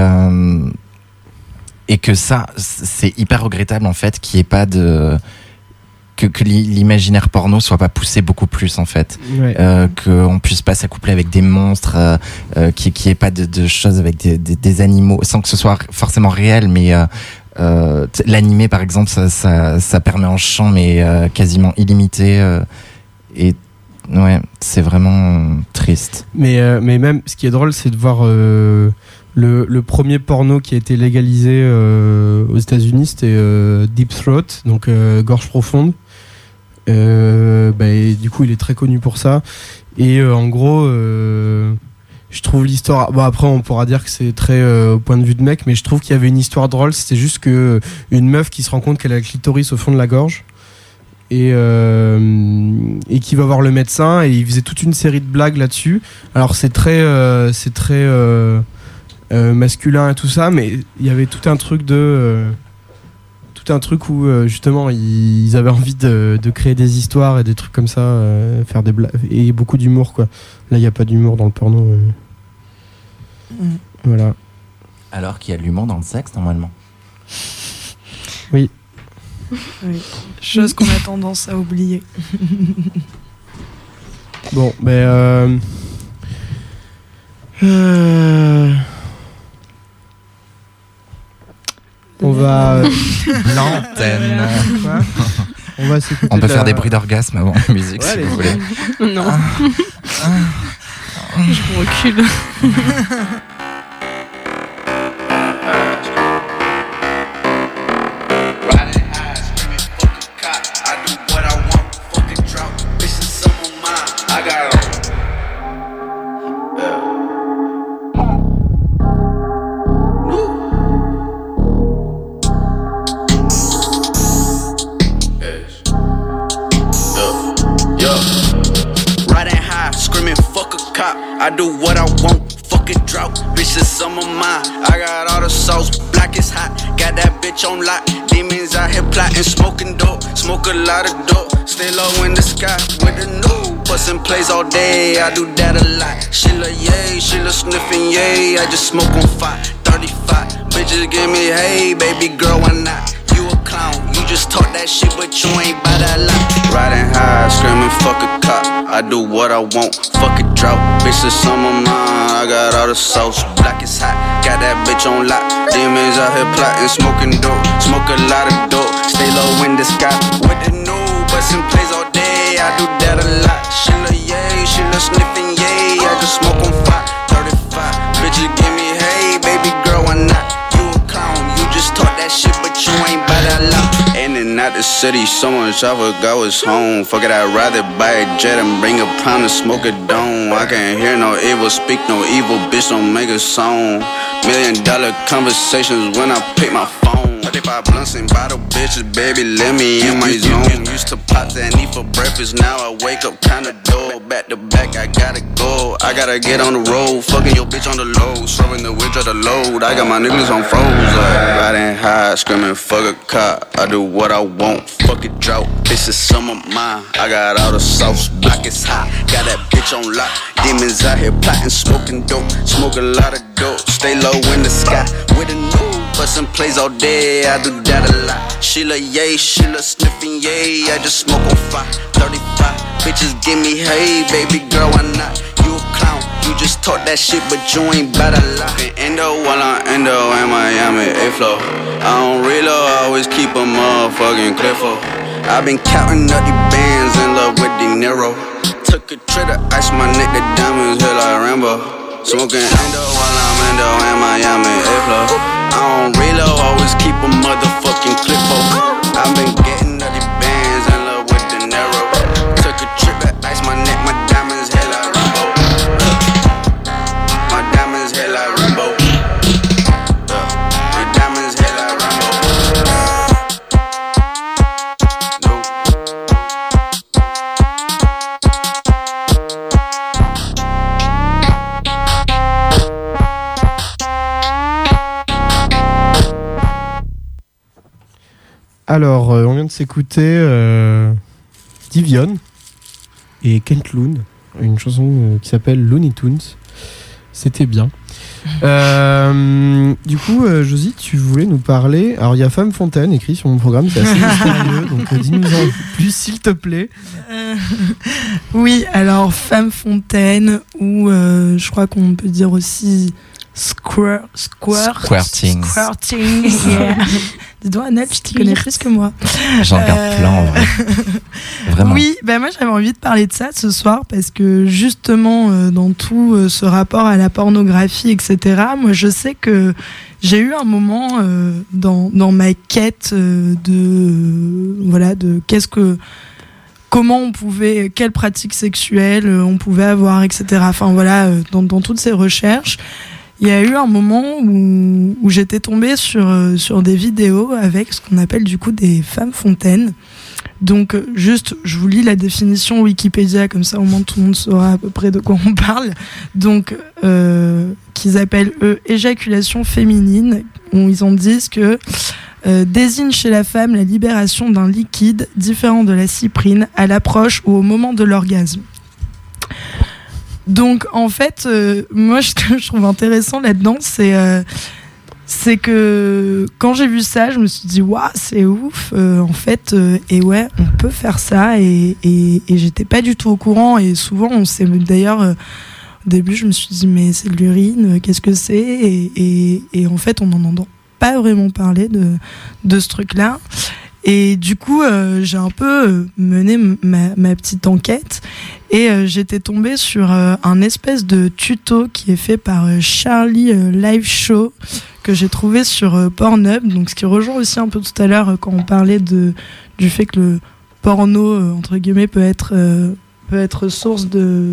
que ça c'est hyper regrettable en fait qu'il n'y ait pas de que l'imaginaire porno soit pas poussé beaucoup plus en fait, Ouais. qu'on puisse pas s'accoupler avec des monstres, qu'il n'y ait pas de choses avec des animaux sans que ce soit forcément réel, mais l'animé par exemple ça permet un champ mais quasiment illimité, et ouais c'est vraiment triste. Mais même ce qui est drôle, c'est de voir le premier porno qui a été légalisé aux États-Unis, c'était Deep Throat, donc gorge profonde. Et du coup, il est très connu pour ça. Et en gros, je trouve l'histoire. Bon, après, on pourra dire que c'est très au point de vue de mec, mais je trouve qu'il y avait une histoire drôle. C'était juste que une meuf qui se rend compte qu'elle a le clitoris au fond de la gorge. Et qui va voir le médecin, et il faisait toute une série de blagues là-dessus. Alors c'est très masculin et tout ça, mais il y avait tout un truc où justement ils avaient envie de créer des histoires et des trucs comme ça, faire des blagues et beaucoup d'humour quoi. Là il n'y a pas d'humour dans le porno. Voilà. Alors qu'il y a de l'humour dans le sexe normalement. Oui. Oui. Chose qu'on a tendance à oublier. Bon, on va L'antenne. Quoi on va s'écouter. On peut faire des bruits d'orgasme avant la musique Ouais, si les vous voulez. Non. Je recule. I do what I want, fuck a drought, bitch it's some of mine. I got all the sauce, black is hot, got that bitch on lock. Demons out here plotting, smoking dope, smoke a lot of dope. Stay low in the sky with the new, bustin' plays all day, I do that a lot. She look yay, she look sniffing yay, I just smoke on fire, 35. Bitches give me hey, baby girl why not? You a clown, you just talk that shit but you ain't buy that lot. Riding high, screaming fuck a cop, I do what I want, fuck a drought, bitch it's some of mine. I got all the sauce, black is hot, got that bitch on lock. Demons out here plotting, smoking dope, smoke a lot of dope. Stay low in the sky with the new, bustin' plays all day, I do that a lot. She look yay, she look sniffing yay, I just smoke on fire, 35. Bitches give me hey, baby girl why not? You a clown, you just talk that shit but you ain't buy that lot. In and out the city, so much I forgot was home. Fuck it, I'd rather buy a jet and bring a pound and smoke a dome. I can't hear no evil, speak no evil, bitch don't make a song. $1 million conversations when I pick my phone. 35 blunts and bottle bitches, baby, let me in my zone. Used to pop that knee for breakfast, now I wake up kinda dull. Back to back, I gotta go. I gotta get on the road, fucking your bitch on the low, serving the witch of the load. I got my niggas on froze, like riding high, screaming fuck a cop. I do what I want, fuck it drought. This is some of mine. I got all the sauce, block is hot. Got that bitch on lock. Demons out here plotting, smoking dope, smoke a lot of dope. Stay low in the sky with a new. Bustin' plays all day, I do that a lot. Sheila, yay, Sheila sniffing, yay. I just smoke on fire, 35. Bitches give me hey, baby girl, why not? You a clown, you just talk that shit, but you ain't bout a lot. In Endo, while I'm Endo, in Miami, A-Flow. I don't reload, I always keep a motherfucking cliffo. I've been counting up the bands, in love with De Niro. Took a trip to ice my neck, the diamonds hit like Rambo. Smoking Endo, while I'm Endo, in Miami, A-Flow. I don't reload, always keep a motherfucking clip on. I've been getting all the bands in love with De Niro. Took a trip to ice my neck, my diamonds hit like Rambo. My diamonds hit like Rambo. My diamonds hit like Rambo. Alors, on vient de s'écouter Divion et Kent Loon, une chanson qui s'appelle Looney Tunes. C'était bien. Du coup, Josie, tu voulais nous parler. Alors, il y a Femme Fontaine écrit sur mon programme, c'est assez mystérieux, donc dis-nous en plus, s'il te plaît. Oui, alors Femme Fontaine, ou je crois qu'on peut dire aussi Squirting. Yeah. Dis-donc, Annette, tu connais plus que moi. J'en garde plein en vrai. Vraiment. Oui, ben moi j'avais envie de parler de ça ce soir parce que justement, dans tout ce rapport à la pornographie, etc., moi je sais que j'ai eu un moment dans ma quête de comment on pouvait, quelles pratiques sexuelles on pouvait avoir, etc. Enfin voilà, dans toutes ces recherches. Il y a eu un moment où j'étais tombée sur des vidéos avec ce qu'on appelle du coup des femmes fontaines. Donc juste, je vous lis la définition Wikipédia, comme ça au moins tout le monde saura à peu près de quoi on parle. Donc, qu'ils appellent eux éjaculation féminine, où ils en disent que désigne chez la femme la libération d'un liquide différent de la cyprine à l'approche ou au moment de l'orgasme. Donc en fait, moi ce que je trouve intéressant là-dedans, c'est que quand j'ai vu ça, je me suis dit waouh, c'est ouf en fait, et ouais, on peut faire ça, et j'étais pas du tout au courant, et souvent on s'est d'ailleurs au début je me suis dit mais c'est de l'urine, qu'est-ce que c'est, et en fait on n'en entend pas vraiment parler de ce truc-là. Et du coup, j'ai un peu mené ma petite enquête, et j'étais tombée sur un espèce de tuto qui est fait par Charlie Live Show, que j'ai trouvé sur Pornhub. Donc, ce qui rejoint aussi un peu tout à l'heure quand on parlait du fait que le porno, entre guillemets, peut être source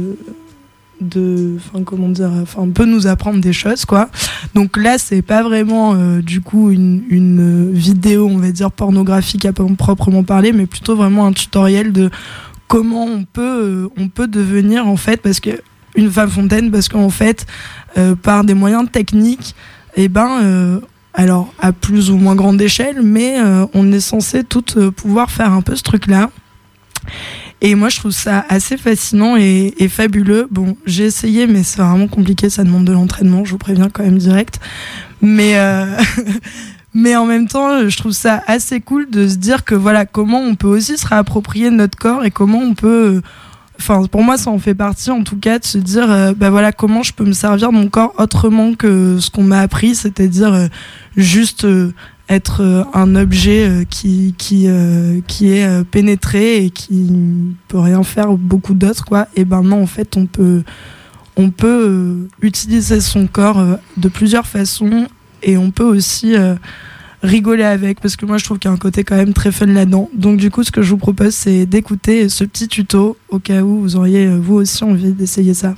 peut nous apprendre des choses, quoi. Donc là c'est pas vraiment du coup une vidéo, on va dire pornographique à proprement parler, mais plutôt vraiment un tutoriel de comment on peut devenir en fait, parce que une femme fontaine, parce qu'en fait par des moyens techniques, alors à plus ou moins grande échelle, mais on est censé toutes pouvoir faire un peu ce truc là. Et moi, je trouve ça assez fascinant et fabuleux. Bon, j'ai essayé, mais c'est vraiment compliqué. Ça demande de l'entraînement, je vous préviens quand même direct. Mais en même temps, je trouve ça assez cool de se dire que voilà, comment on peut aussi se réapproprier notre corps, et comment on peut... Enfin, pour moi, ça en fait partie, en tout cas, de se dire, voilà, comment je peux me servir de mon corps autrement que ce qu'on m'a appris, c'est-à-dire juste... être un objet qui est pénétré et qui ne peut rien faire beaucoup d'autre, quoi. Et ben non, en fait, on peut utiliser son corps de plusieurs façons, et on peut aussi rigoler avec, parce que moi je trouve qu'il y a un côté quand même très fun là-dedans. Donc du coup, ce que je vous propose, c'est d'écouter ce petit tuto au cas où vous auriez vous aussi envie d'essayer ça.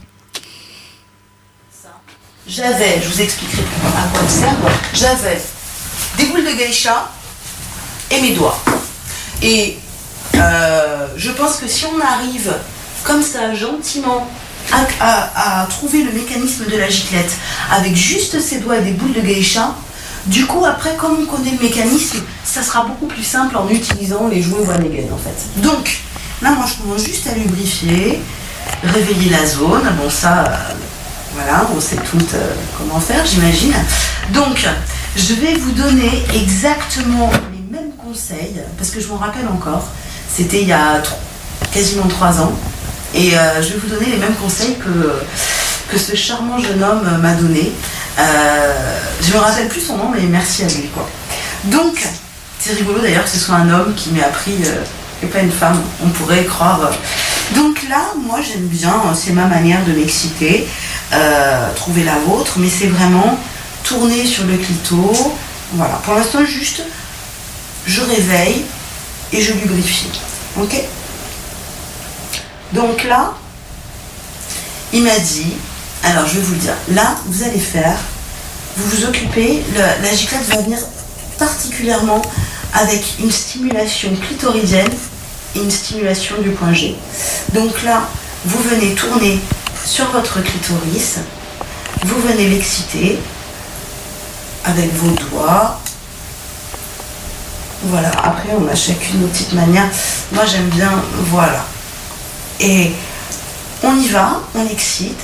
Je vous expliquerai à quoi ça sert. J'avais des boules de geisha et mes doigts. Et je pense que si on arrive comme ça, gentiment, à trouver le mécanisme de la giclette avec juste ses doigts et des boules de geisha, du coup, après, comme on connaît le mécanisme, ça sera beaucoup plus simple en utilisant les jouets One Again, en fait. Donc, là, moi, je commence juste à lubrifier, réveiller la zone. Bon, ça, voilà, on sait toutes comment faire, j'imagine. Donc, je vais vous donner exactement les mêmes conseils, parce que je m'en rappelle encore. C'était il y a quasiment 3 ans. Et je vais vous donner les mêmes conseils que ce charmant jeune homme m'a donné. Je me rappelle plus son nom, mais merci à lui, quoi. Donc, c'est rigolo d'ailleurs que ce soit un homme qui m'ait appris et pas une femme, on pourrait croire. Donc là, moi j'aime bien, c'est ma manière de m'exciter, trouver la vôtre, mais c'est vraiment tourner sur le clito. Voilà, pour l'instant juste, je réveille et je lubrifie. Ok ? Donc là, il m'a dit, alors je vais vous le dire, là vous allez faire, vous vous occupez, la giclette va venir particulièrement avec une stimulation clitoridienne et une stimulation du point G. Donc là, vous venez tourner sur votre clitoris, vous venez l'exciter avec vos doigts. Voilà, après on a chacune nos petites manières. Moi j'aime bien, voilà. Et on y va, on excite.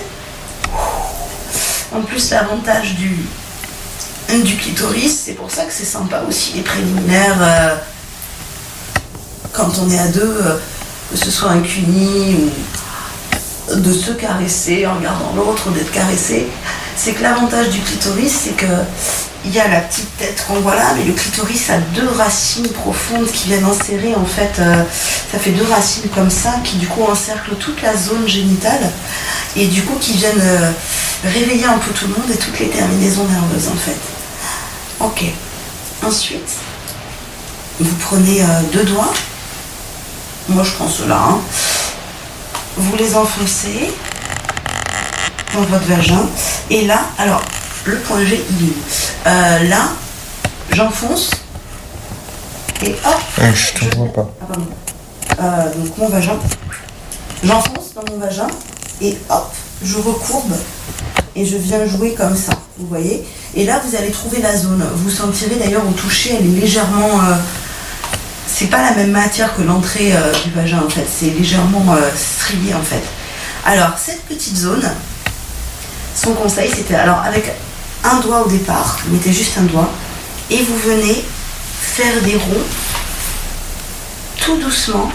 En plus, l'avantage du clitoris, c'est pour ça que c'est sympa aussi les préliminaires quand on est à deux, que ce soit un cuni ou de se caresser en regardant l'autre, d'être caressé. C'est que l'avantage du clitoris, c'est que il y a la petite tête qu'on voit là, mais le clitoris a 2 racines profondes qui viennent enserrer, en fait, ça fait 2 racines comme ça, qui du coup encerclent toute la zone génitale, et du coup qui viennent réveiller un peu tout le monde et toutes les terminaisons nerveuses, en fait. Ok. Ensuite, vous prenez 2 doigts, moi je prends ceux-là, hein. Vous les enfoncez dans votre vagin, et là, alors, le point G, il est où ? Là, j'enfonce, et hop. Je te vois pas. Ah, pardon. Donc mon vagin, j'enfonce dans mon vagin, et hop, je recourbe, et je viens jouer comme ça, vous voyez ? Et là, vous allez trouver la zone. Vous sentirez d'ailleurs au toucher, elle est légèrement... c'est pas la même matière que l'entrée du vagin, en fait. C'est légèrement strié, en fait. Alors, cette petite zone, son conseil, c'était... Alors, avec un doigt au départ, vous mettez juste un doigt, et vous venez faire des ronds, tout doucement,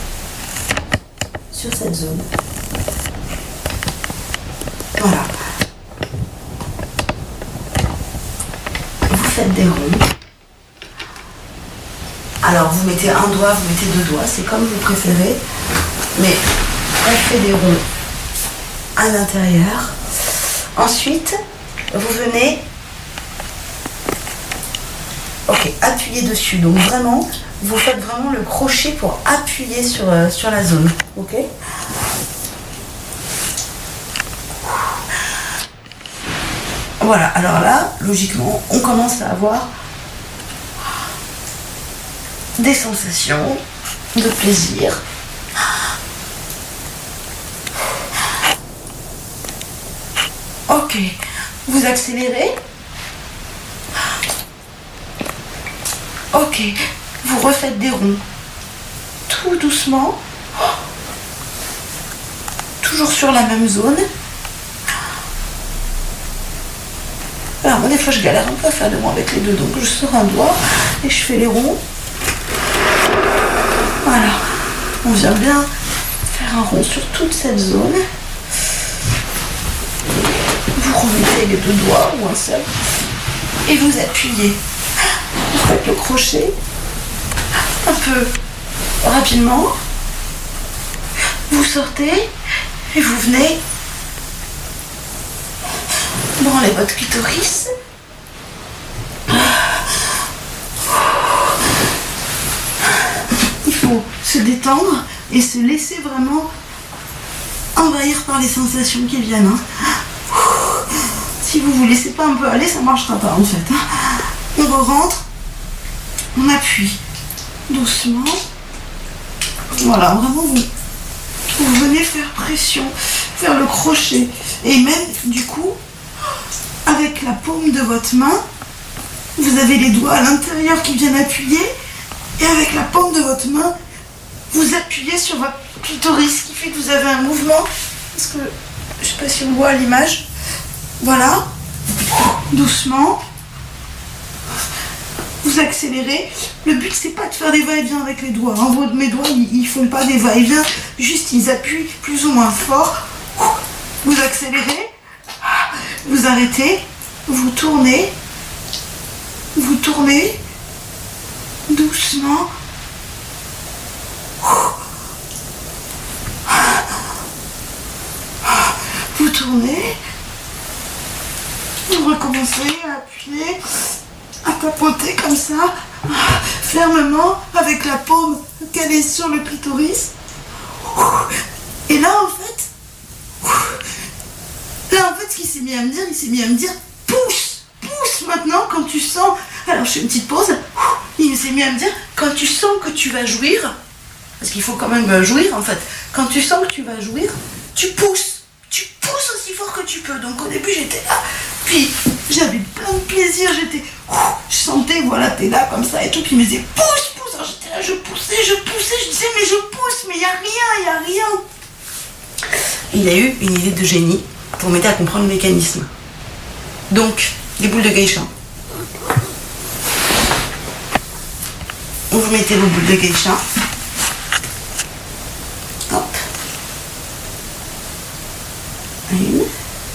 sur cette zone. Voilà. Vous faites des ronds. Alors, vous mettez un doigt, vous mettez 2 doigts, c'est comme vous préférez, mais on fait des ronds à l'intérieur. Ensuite, vous venez, appuyer dessus. Donc vraiment, vous faites vraiment le crochet pour appuyer sur la zone. Ok ? Voilà, alors là, logiquement, on commence à avoir des sensations de plaisir. Ok, vous accélérez. Ok, vous refaites des ronds. Tout doucement. Toujours sur la même zone. Alors moi des fois je galère un peu à faire des ronds avec les 2, donc je sors un doigt et je fais les ronds. Voilà, on vient bien faire un rond sur toute cette zone. Vous remettez les 2 doigts ou un seul et vous appuyez. Vous faites le crochet un peu rapidement. Vous sortez et vous venez branler votre clitoris. Il faut se détendre et se laisser vraiment envahir par les sensations qui viennent. Si vous vous laissez pas un peu aller, ça marchera pas en fait. On re-rentre on appuie doucement. Voilà, vraiment vous venez faire pression, faire le crochet. Et même du coup, avec la paume de votre main, vous avez les doigts à l'intérieur qui viennent appuyer. Et avec la paume de votre main, vous appuyez sur votre clitoris, ce qui fait que vous avez un mouvement. Parce que, je sais pas si on voit à l'image. Voilà. Doucement. Vous accélérez. Le but, c'est pas de faire des va-et-vient avec les doigts. Mes doigts, ils font pas des va-et-vient. Juste, ils appuient plus ou moins fort. Vous accélérez. Vous arrêtez. Vous tournez. Vous tournez. Doucement. Vous tournez. Vous recommencez à appuyer, à tapoter comme ça, fermement, avec la paume calée sur le clitoris. Et là, en fait, ce qu'il s'est mis à me dire, pousse maintenant quand tu sens. Alors, je fais une petite pause. Il s'est mis à me dire, quand tu sens que tu vas jouir, parce qu'il faut quand même jouir, en fait. Quand tu sens que tu vas jouir, tu pousses aussi fort que tu peux. Donc, au début, j'étais là. Puis j'avais plein de plaisir, je sentais, voilà, t'es là comme ça et tout, puis il me disait pousse, alors j'étais là, je poussais, je disais mais je pousse, mais il y a rien. Il a eu une idée de génie pour m'aider à comprendre le mécanisme. Donc, les boules de geisha. Vous mettez vos boules de geisha. Hop. Une.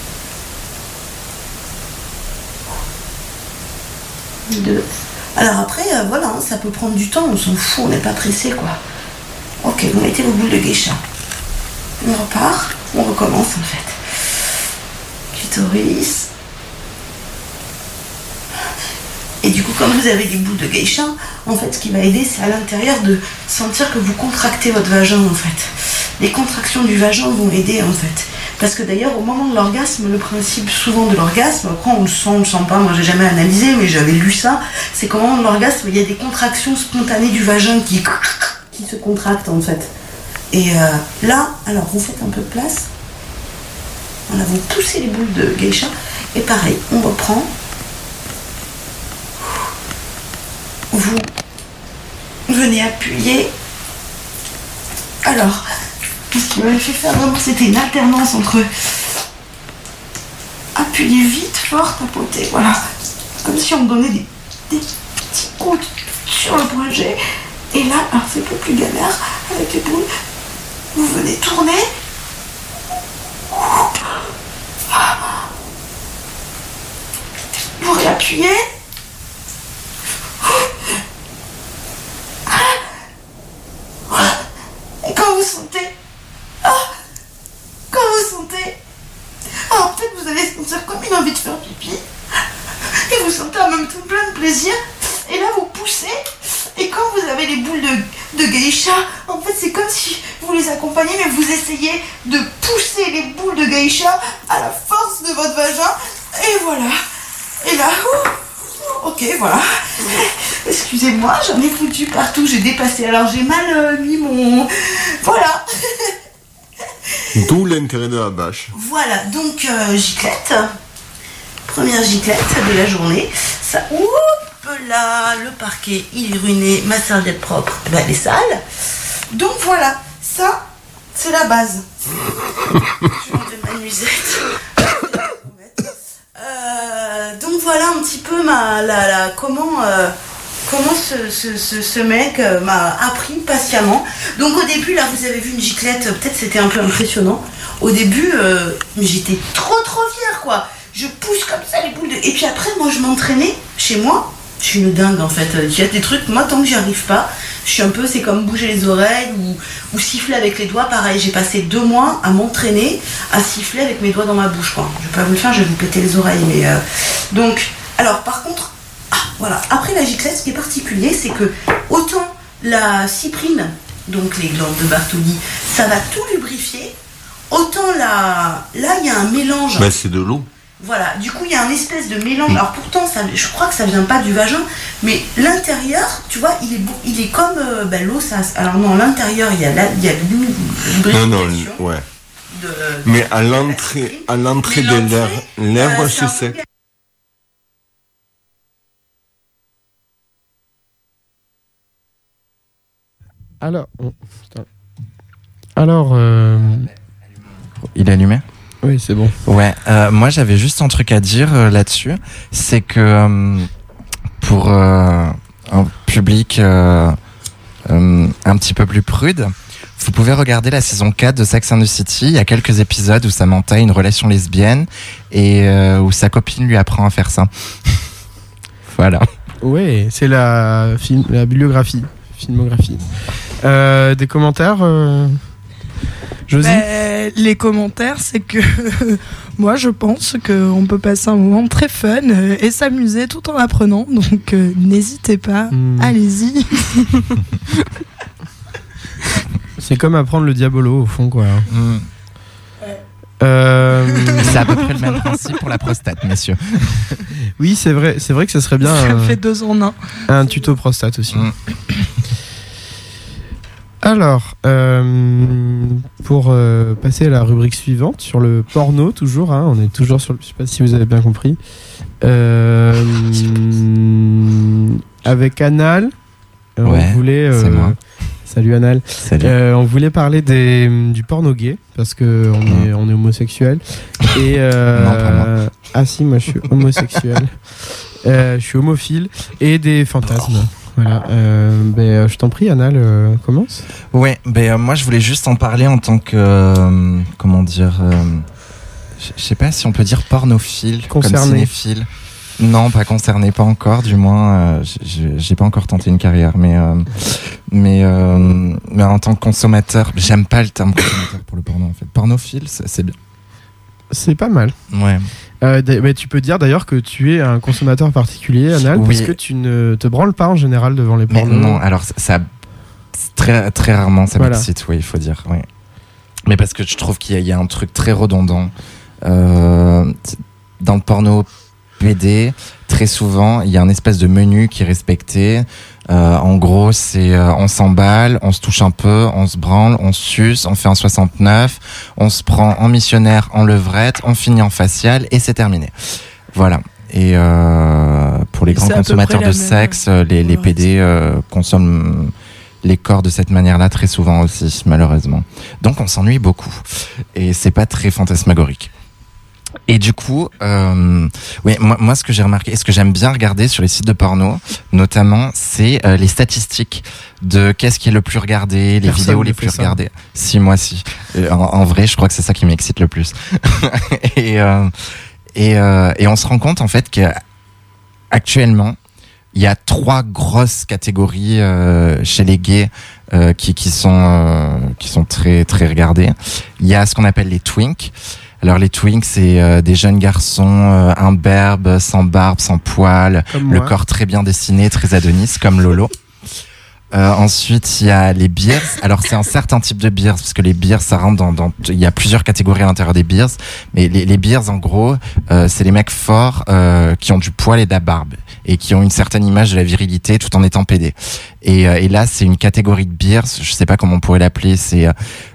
2. Alors après, voilà, ça peut prendre du temps, on s'en fout, on n'est pas pressé, quoi. Ok, vous mettez vos boules de geisha. On repart, on recommence en fait. Clitoris. Et du coup, comme vous avez des boules de geisha, en fait, ce qui va aider, c'est à l'intérieur de sentir que vous contractez votre vagin, en fait. Les contractions du vagin vont aider, en fait. Parce que d'ailleurs, au moment de l'orgasme, le principe souvent de l'orgasme, après on le sent pas, moi j'ai jamais analysé, mais j'avais lu ça, c'est qu'au moment de l'orgasme, il y a des contractions spontanées du vagin qui se contractent en fait. Et là, alors vous faites un peu de place, voilà, vous poussez les boules de geisha, et pareil, on reprend, vous venez appuyer, alors... Ce qui m'avait fait faire vraiment, c'était une alternance entre appuyer vite, fort, tapoter, voilà. Comme si on me donnait des petits coups sur le point G. Et là, alors c'est un peu plus galère avec les boules. Vous venez tourner. Vous réappuyez. Et quand vous sentez... Alors peut-être vous allez sentir comme une envie de faire pipi. Et vous sentez en même temps plein de plaisir. Et là vous poussez. Et quand vous avez les boules de geisha, en fait c'est comme si vous les accompagnez, mais vous essayez de pousser les boules de geisha à la force de votre vagin. Et voilà. Et là, ok, voilà. Excusez-moi, j'en ai foutu partout, j'ai dépassé. Alors j'ai mal mis mon... Voilà. D'où l'intérêt de la bâche. Voilà, donc giclette. Première giclette de la journée. Ça, oups là, le parquet, il est ruiné, ma serviette propre, ben, elle est sale. Donc voilà, ça, c'est la base. Je vais enlever ma nuisette. Donc voilà un petit peu comment ce mec m'a appris patiemment. Donc au début, là, vous avez vu une giclette, peut-être c'était un peu impressionnant. Au début, j'étais trop fière, quoi. Je pousse comme ça les boules de... Et puis après, moi, je m'entraînais chez moi. Je suis une dingue, en fait. Il y a des trucs, moi, tant que j'y arrive pas, je suis un peu, c'est comme bouger les oreilles ou siffler avec les doigts. Pareil, j'ai passé 2 mois à m'entraîner, à siffler avec mes doigts dans ma bouche, quoi. Je vais pas vous le faire, je vais vous péter les oreilles, mais... Donc, alors, par contre... voilà. Après la giclette, ce qui est particulier, c'est que autant la cyprine, donc les glandes de Bartholdi, ça va tout lubrifier, autant là, il y a un mélange. Ben, c'est de l'eau. Voilà, du coup il y a un espèce de mélange. Alors pourtant, je crois que ça vient pas du vagin, mais l'intérieur, tu vois, il est comme l'eau. Alors non, l'intérieur, il y a lubrification. Non, ouais. Mais à l'entrée des lèvres, c'est sec. Alors, il est allumé ? Oui, c'est bon. Ouais, moi j'avais juste un truc à dire là-dessus, c'est que pour un public un petit peu plus prude, vous pouvez regarder la saison 4 de Sex and the City. Il y a quelques épisodes où Samantha a une relation lesbienne et où sa copine lui apprend à faire ça. Voilà. Oui, c'est la filmographie. Des commentaires Josie ? Les commentaires, c'est que moi je pense qu'on peut passer un moment très fun et s'amuser tout en apprenant, donc n'hésitez pas, allez-y. C'est comme apprendre le diabolo au fond, quoi. C'est à peu près le même principe pour la prostate, messieurs. Oui, c'est vrai que ce serait bien. Ça fait 2 en 1. Un tuto prostate aussi. Alors, pour passer à la rubrique suivante, sur le porno, toujours, hein, on est toujours sur. Je sais pas si vous avez bien compris. Avec Anal, on voulait. C'est moi. Salut Anal. Salut. On voulait parler du porno gay parce que on est homosexuel. Et non, pas moi. Ah si, moi je suis homosexuel. Je suis homophile et des fantasmes. Voilà. Je t'en prie, Anal, commence. Ouais, moi je voulais juste en parler en tant que comment dire. Je sais pas si on peut dire pornophile, concerné. Comme cinéphile. Non, pas concerné, pas encore. Du moins, j'ai pas encore tenté une carrière, mais en tant que consommateur, j'aime pas le terme consommateur pour le porno en fait. Pornophile, c'est bien. C'est pas mal. Ouais. Tu peux dire d'ailleurs que tu es un consommateur particulier, Anal, parce que tu ne te branles pas en général devant les pornos. Mais non, alors ça très très rarement ça m'excite, oui, il faut dire. Oui. Mais parce que je trouve qu'il y a un truc très redondant dans le porno PD. Très souvent, il y a un espèce de menu qui est respecté. En gros, c'est on s'emballe, on se touche un peu, on se branle, on se suce, on fait un 69, on se prend en missionnaire, en levrette, on finit en facial et c'est terminé. Voilà. Et pour les grands consommateurs de sexe, les PD consomment les corps de cette manière-là très souvent aussi, malheureusement. Donc on s'ennuie beaucoup. Et c'est pas très fantasmagorique. Et du coup, moi, ce que j'ai remarqué et ce que j'aime bien regarder sur les sites de porno, notamment, c'est les statistiques de qu'est-ce qui est le plus regardé, les vidéos les plus regardées. Si, moi, si. En vrai, je crois que c'est ça qui m'excite le plus. et on se rend compte, en fait, qu'actuellement, il y a 3 grosses catégories chez les gays qui sont très, très regardées. Il y a ce qu'on appelle les twinks. Alors les twinks, c'est des jeunes garçons imberbes, sans barbe, sans poils, le corps très bien dessiné, très Adonis, comme Lolo. Ensuite, il y a les beers. Alors c'est un certain type de beers, parce que les beers, ça rentre il y a plusieurs catégories à l'intérieur des beers. Mais les beers, en gros, c'est les mecs forts qui ont du poil et de la barbe et qui ont une certaine image de la virilité tout en étant pédés. Et là, c'est une catégorie de beers. Je sais pas comment on pourrait l'appeler. C'est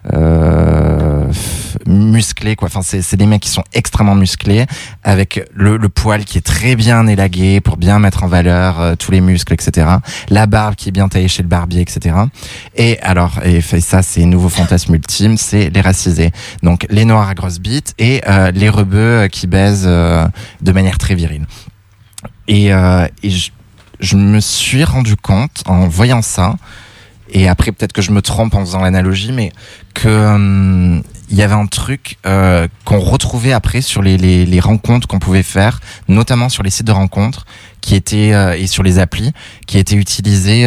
musclés, quoi. Enfin, c'est des mecs qui sont extrêmement musclés, avec le poil qui est très bien élagué pour bien mettre en valeur tous les muscles, etc. La barbe qui est bien taillée chez le barbier, etc. Et alors, ça, c'est nouveau fantasme ultime, c'est les racisés. Donc, les noirs à grosses bites et les rebeux qui baisent de manière très virile. Et je me suis rendu compte en voyant ça, et après peut-être que je me trompe en faisant l'analogie, mais que il y avait un truc qu'on retrouvait après sur les rencontres qu'on pouvait faire, notamment sur les sites de rencontres qui étaient et sur les applis qui étaient utilisés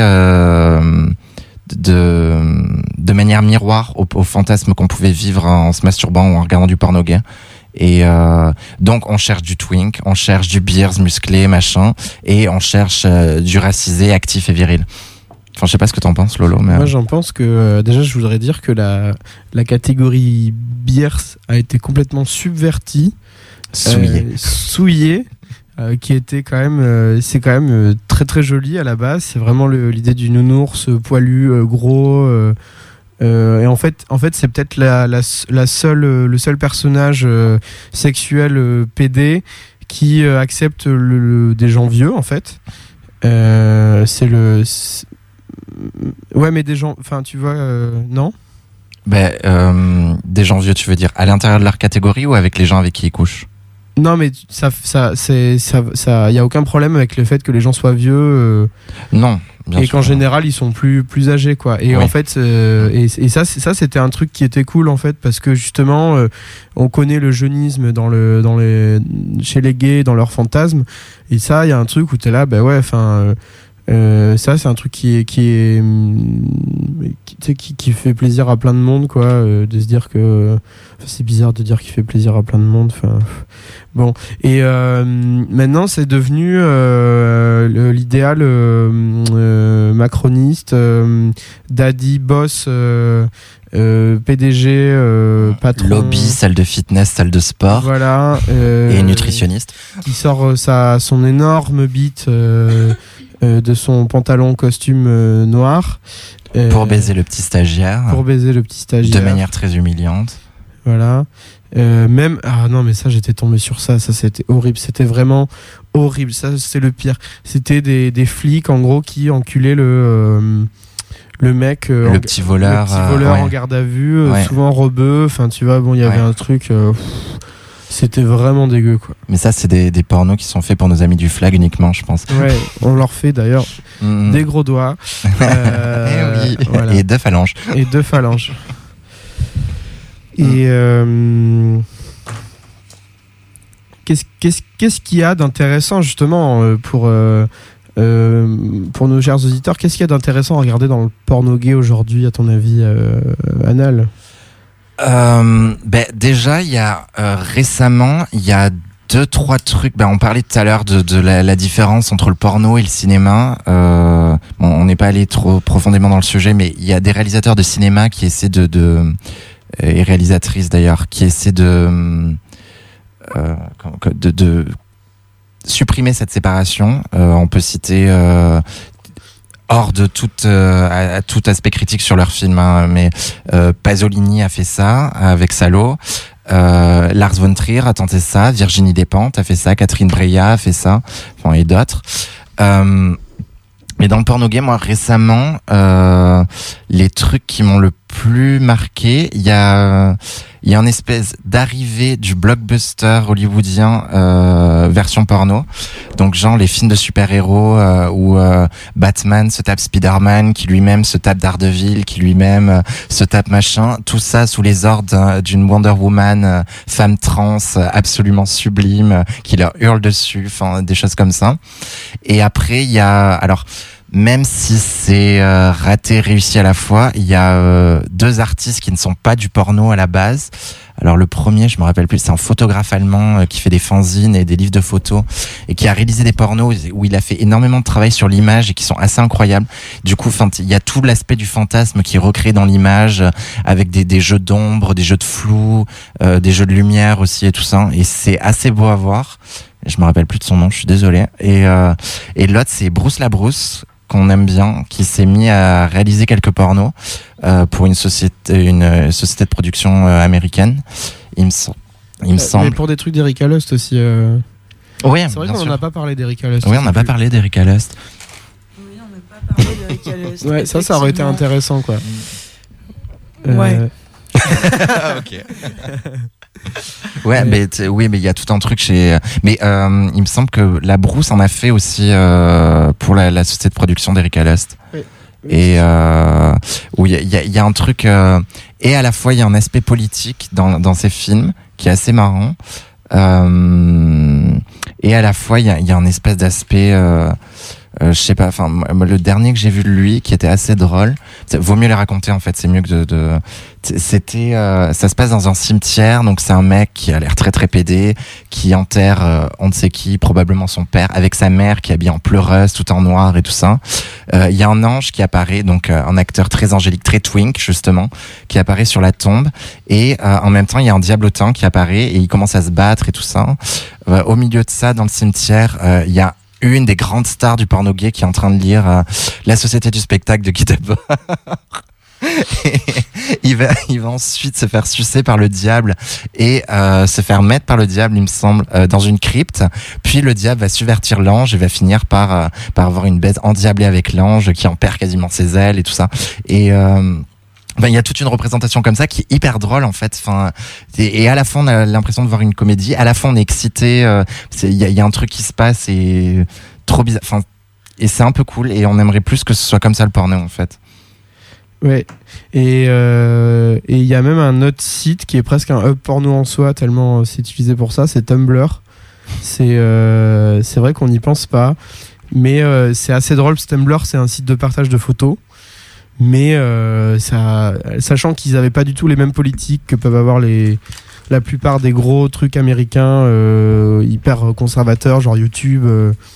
de manière miroir au fantasme qu'on pouvait vivre en se masturbant ou en regardant du porno gay. Et donc on cherche du twink, on cherche du beers musclé, machin, et on cherche du racisé, actif et viril. Enfin, je sais pas ce que t'en penses, Lolo. Mais moi, j'en pense que déjà, je voudrais dire que la catégorie beers a été complètement subvertie. Souillé. Qui était quand même, c'est quand même très très joli à la base. C'est vraiment l'idée du nounours poilu, gros. Et en fait, c'est peut-être le seul personnage sexuel PD qui accepte des gens vieux en fait. Ouais, mais des gens, enfin, tu vois, non. Des gens vieux, tu veux dire à l'intérieur de leur catégorie ou avec les gens avec qui ils couchent? Non, mais y a aucun problème avec le fait que les gens soient vieux. Non. Bien et sûr, qu'en général ils sont plus âgés quoi. Et en fait, et ça c'était un truc qui était cool en fait parce que justement on connaît le jeunisme chez les gays dans leurs fantasmes. Et ça, il y a un truc où t'es là, bah ouais, enfin. Ça c'est un truc qui fait plaisir à plein de monde quoi, de se dire que c'est bizarre de dire qu'il fait plaisir à plein de monde, enfin bon. Et maintenant c'est devenu l'idéal macroniste, daddy, boss, PDG, patron, lobby, salle de fitness, salle de sport, voilà, et nutritionniste qui sort son énorme bite de son pantalon costume noir pour baiser le petit stagiaire de manière très humiliante, voilà. Même non mais ça j'étais tombé sur ça c'était horrible, c'était vraiment horrible, ça c'est le pire, c'était des flics en gros qui enculaient le mec le petit voleur en garde à vue, souvent rebeu, enfin tu vois, bon il y avait un truc c'était vraiment dégueu quoi. Mais ça c'est des pornos qui sont faits pour nos amis du Flag uniquement, je pense. Ouais, on leur fait d'ailleurs des gros doigts. Oui. Voilà. Et deux phalanges. Et qu'est-ce qu'il y a d'intéressant justement pour nos chers auditeurs, qu'est-ce qu'il y a d'intéressant à regarder dans le porno gay aujourd'hui à ton avis, Anal? Déjà il y a récemment il y a 2-3 trucs. On parlait tout à l'heure de la différence entre le porno et le cinéma. On n'est pas allé trop profondément dans le sujet, mais il y a des réalisateurs de cinéma qui essaient et réalisatrices d'ailleurs qui essaient de supprimer cette séparation. On peut citer hors de tout aspect critique sur leur film, hein, mais Pasolini a fait ça avec Salo, Lars von Trier a tenté ça, Virginie Despentes a fait ça, Catherine Breillat a fait ça, et d'autres. Mais dans le porno gay, moi récemment, les trucs qui m'ont le plus marqué, il y a une espèce d'arrivée du blockbuster hollywoodien version porno. Donc genre les films de super-héros où Batman se tape Spider-Man, qui lui-même se tape Daredevil, qui lui-même se tape machin, tout ça sous les ordres d'une Wonder Woman femme trans absolument sublime qui leur hurle dessus, enfin des choses comme ça. Et après il y a, alors même si c'est raté, réussi à la fois, il y a 2 artistes qui ne sont pas du porno à la base. Alors le premier, je me rappelle plus, c'est un photographe allemand qui fait des fanzines et des livres de photos et qui a réalisé des pornos où il a fait énormément de travail sur l'image et qui sont assez incroyables. Du coup, il y a tout l'aspect du fantasme qui est recréé dans l'image avec des jeux d'ombre, des jeux de flou, des jeux de lumière aussi et tout ça. Et c'est assez beau à voir. Je me rappelle plus de son nom, je suis désolé. Et l'autre, c'est Bruce Labrousse, qu'on aime bien, qui s'est mis à réaliser quelques pornos pour une société de production américaine. Il me semble. Mais pour des trucs d'Erika Lust aussi. Oui, c'est vrai qu'on n'a pas parlé d'Erika Lust. Oui, on n'a pas parlé d'Erika Lust. Oui, on n'a pas parlé d'Erika Lust. Ouais, ça aurait été intéressant, quoi. Ouais. Ok. Ouais, mais il y a tout un truc mais il me semble que la Brousse en a fait aussi pour la société de production d'Erika Lust. Oui. Et où il y a un truc et à la fois il y a un aspect politique dans ces films qui est assez marrant, et à la fois il y a un espèce d'aspect je sais pas, enfin le dernier que j'ai vu de lui qui était assez drôle, vaut mieux les raconter en fait, c'est mieux que c'était ça se passe dans un cimetière, donc c'est un mec qui a l'air très très pédé, qui enterre on ne sait qui, probablement son père, avec sa mère qui est habillée en pleureuse, tout en noir et tout ça. Il y a un ange qui apparaît, donc un acteur très angélique, très twink justement, qui apparaît sur la tombe, et en même temps il y a un diablotin qui apparaît et il commence à se battre et tout ça. Au milieu de ça, dans le cimetière, il y a une des grandes stars du porno gay qui est en train de lire La Société du spectacle de Guy Debord. il va ensuite se faire sucer par le diable et se faire mettre par le diable, il me semble, dans une crypte. Puis le diable va subvertir l'ange et va finir par avoir une baise endiablée avec l'ange qui en perd quasiment ses ailes et tout ça. Et il y a toute une représentation comme ça qui est hyper drôle en fait. Enfin, et à la fin on a l'impression de voir une comédie. À la fin on est excité. Il y a un truc qui se passe et trop bizarre. Enfin, et c'est un peu cool. Et on aimerait plus que ce soit comme ça le porno en fait. Ouais. Et il y a même un autre site qui est presque un hub porno en soi tellement c'est utilisé pour ça. C'est Tumblr. C'est vrai qu'on n'y pense pas, mais c'est assez drôle. Tumblr c'est un site de partage de photos. Mais sachant qu'ils n'avaient pas du tout les mêmes politiques que peuvent avoir la plupart des gros trucs américains hyper conservateurs, genre YouTube,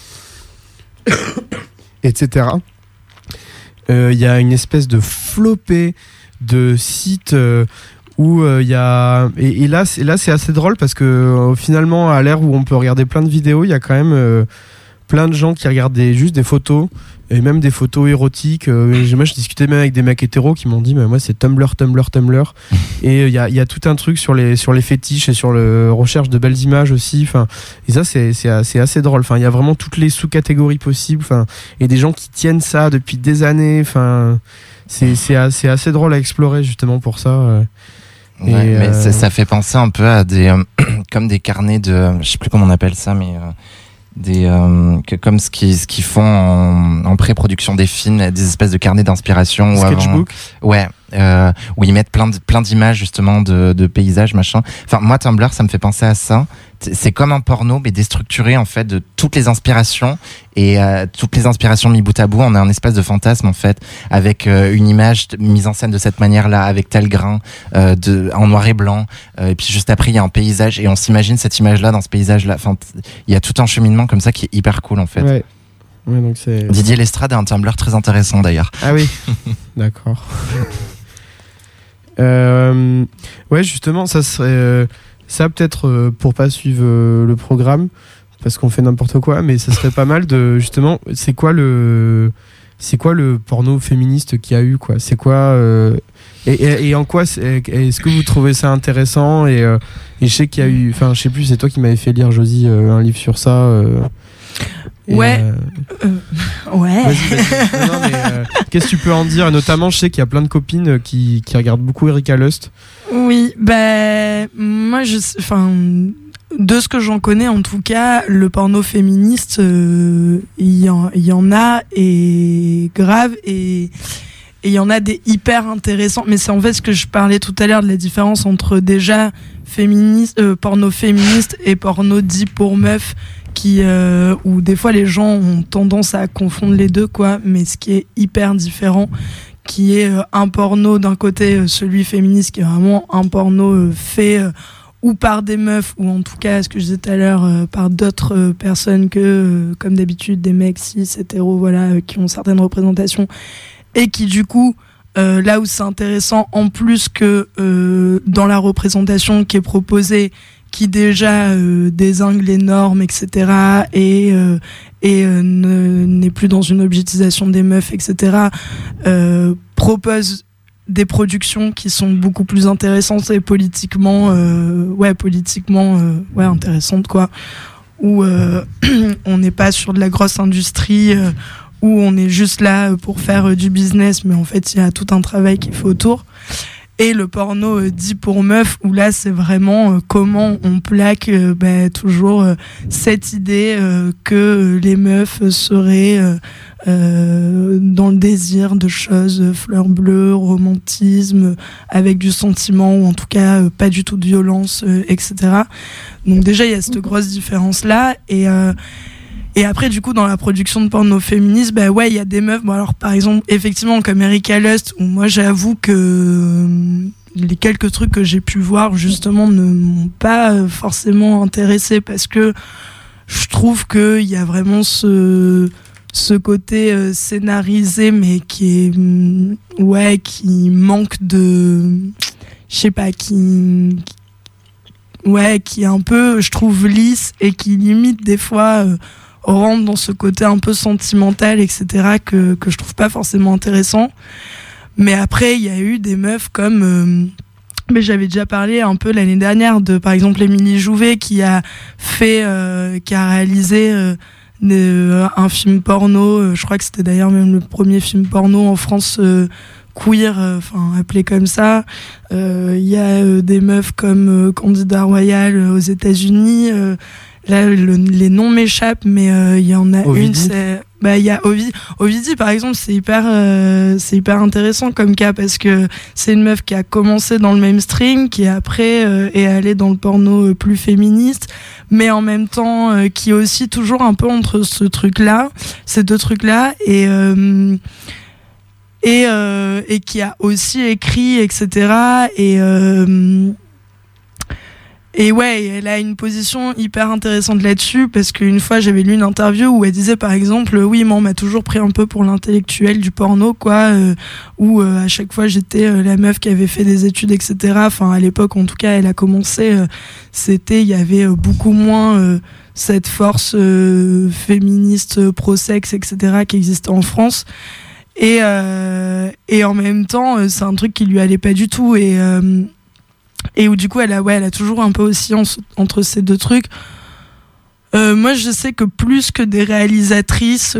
etc. Il y a une espèce de flopée de sites où il y a... Et là, c'est assez drôle parce que finalement, à l'ère où on peut regarder plein de vidéos, il y a quand même plein de gens qui regardent juste des photos, et même des photos érotiques. Moi je discutais même avec des mecs hétéros qui m'ont dit mais moi c'est Tumblr. Et il y a tout un truc sur les fétiches et sur la recherche de belles images aussi. Enfin, et ça c'est assez drôle. Enfin, il y a vraiment toutes les sous-catégories possibles. Enfin, et des gens qui tiennent ça depuis des années. Enfin, c'est assez drôle à explorer justement pour ça. Ouais, mais ça fait penser un peu à des comme des carnets de, je sais plus comment on appelle ça, mais comme ce qu'ils font en pré-production des films, des espèces de carnets d'inspiration. Sketchbook. Ouais, où ils mettent plein d'images justement de paysages, machin. Enfin, moi Tumblr, ça me fait penser à ça. C'est comme un porno, mais déstructuré en fait de toutes les inspirations et toutes les inspirations mis bout à bout. On a un espèce de fantasme en fait, avec une image mise en scène de cette manière-là, avec tel grain, en noir et blanc. Et puis juste après, il y a un paysage et on s'imagine cette image-là dans ce paysage-là. Enfin, il y a tout un cheminement comme ça qui est hyper cool en fait. Ouais. Ouais, donc c'est... Didier Lestrade a un Tumblr très intéressant d'ailleurs. Ah oui, d'accord. Ouais, justement, ça serait ça peut-être pour pas suivre le programme parce qu'on fait n'importe quoi, mais ça serait pas mal de justement, c'est quoi le porno féministe qu'il y a eu quoi, c'est quoi et en quoi est-ce que vous trouvez ça intéressant et je sais qu'il y a eu, enfin je sais plus, c'est toi qui m'avais fait lire Josie un livre sur ça. Ouais. Ouais. Vas-y. Non, mais qu'est-ce que tu peux en dire? Notamment, je sais qu'il y a plein de copines qui regardent beaucoup Erika Lust. Oui, moi, de ce que j'en connais, en tout cas, le porno féministe, il y en a et grave et il y en a des hyper intéressants. Mais c'est en fait ce que je parlais tout à l'heure de la différence entre déjà porno féministe et porno dit pour meufs. Où des fois les gens ont tendance à confondre les deux quoi, mais ce qui est hyper différent, qui est un porno d'un côté, celui féministe qui est vraiment un porno fait ou par des meufs ou en tout cas ce que je disais tout à l'heure par d'autres personnes que comme d'habitude des mecs cis hétéros voilà, qui ont certaines représentations et qui du coup là où c'est intéressant en plus que dans la représentation qui est proposée, qui déjà dézingue les normes, etc. et n'est plus dans une objectisation des meufs, etc. Propose des productions qui sont beaucoup plus intéressantes et politiquement intéressantes quoi. Où on n'est pas sur de la grosse industrie, où on est juste là pour faire du business, mais en fait il y a tout un travail qui est fait autour. Et le porno dit pour meuf, où là c'est vraiment comment on plaque toujours cette idée que les meufs seraient dans le désir de choses fleurs bleues, romantisme, avec du sentiment ou en tout cas pas du tout de violence, etc. Donc déjà il y a cette grosse différence là Et après, du coup, dans la production de porno féministe, bah ouais, il y a des meufs. Bon, alors, par exemple, effectivement, comme Erika Lust, où moi, j'avoue que les quelques trucs que j'ai pu voir, justement, ne m'ont pas forcément intéressée, parce que je trouve qu'il y a vraiment ce côté scénarisé, mais qui est, qui manque de, je sais pas, qui est un peu, je trouve, lisse, et qui limite des fois rentre dans ce côté un peu sentimental, etc., que je trouve pas forcément intéressant. Mais après, il y a eu des meufs comme mais j'avais déjà parlé un peu l'année dernière de, par exemple, Émilie Jouvet, qui a réalisé un film porno, je crois que c'était d'ailleurs même le premier film porno en France queer, appelé comme ça. Il y a des meufs comme Candida Royal aux États-Unis. Là, les noms m'échappent, mais il y en a Ovidie. Il y a Ovidie, par exemple, c'est hyper intéressant comme cas, parce que c'est une meuf qui a commencé dans le mainstream, qui après est allée dans le porno plus féministe, mais en même temps qui est aussi toujours un peu entre ces deux trucs-là, et qui a aussi écrit, etc. Et ouais, elle a une position hyper intéressante là-dessus, parce qu'une fois j'avais lu une interview où elle disait, par exemple, oui, moi on m'a toujours pris un peu pour l'intellectuel du porno, quoi, où à chaque fois j'étais la meuf qui avait fait des études, etc. Enfin, à l'époque, en tout cas, elle a commencé, il y avait beaucoup moins cette force féministe pro-sexe, etc., qui existait en France. Et en même temps, c'est un truc qui lui allait pas du tout, et où du coup elle a toujours un peu aussi entre ces deux trucs. Moi, je sais que plus que des réalisatrices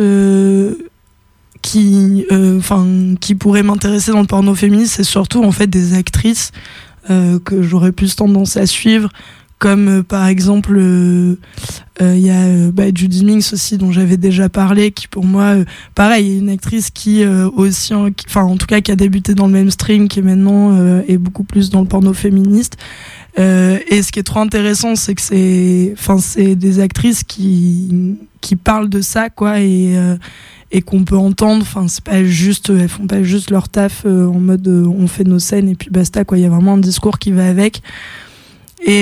qui pourraient m'intéresser dans le porno féministe, c'est surtout en fait des actrices que j'aurais plus tendance à suivre, comme par exemple il y a Judy Minks aussi, dont j'avais déjà parlé, qui pour moi pareil, est une actrice qui aussi en tout cas qui a débuté dans le mainstream, qui maintenant est beaucoup plus dans le porno féministe, et ce qui est trop intéressant, c'est que c'est des actrices qui parlent de ça, quoi, et qu'on peut entendre. C'est pas juste, elles font pas juste leur taf en mode on fait nos scènes et puis basta, quoi. Il y a vraiment un discours qui va avec. Et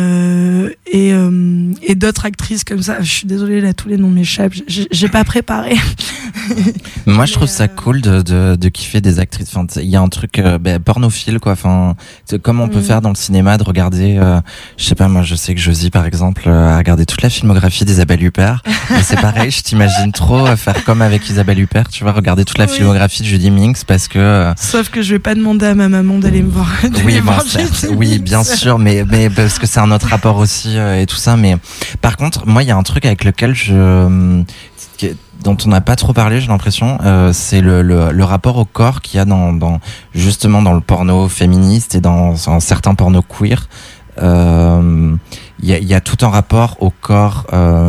d'autres actrices comme ça, je suis désolée, là tous les noms m'échappent, j'ai pas préparé. Moi je trouve ça cool de kiffer des actrices. Enfin, il y a un truc pornophile, quoi. Enfin, comme on peut faire dans le cinéma, de regarder, je sais pas, moi je sais que Josie par exemple a regardé toute la filmographie d'Isabelle Huppert, et c'est pareil, je t'imagine trop faire comme avec Isabelle Huppert, tu vois, regarder toute la filmographie de Judy Minks, parce que sauf que je vais pas demander à ma maman d'aller me voir. Oui, bien sûr, mais parce que c'est un autre rapport aussi, et tout ça. Mais par contre, moi il y a un truc avec lequel dont on n'a pas trop parlé, j'ai l'impression, c'est le rapport au corps qu'il y a justement dans le porno féministe et dans certains pornos queer. Il y a tout un rapport au corps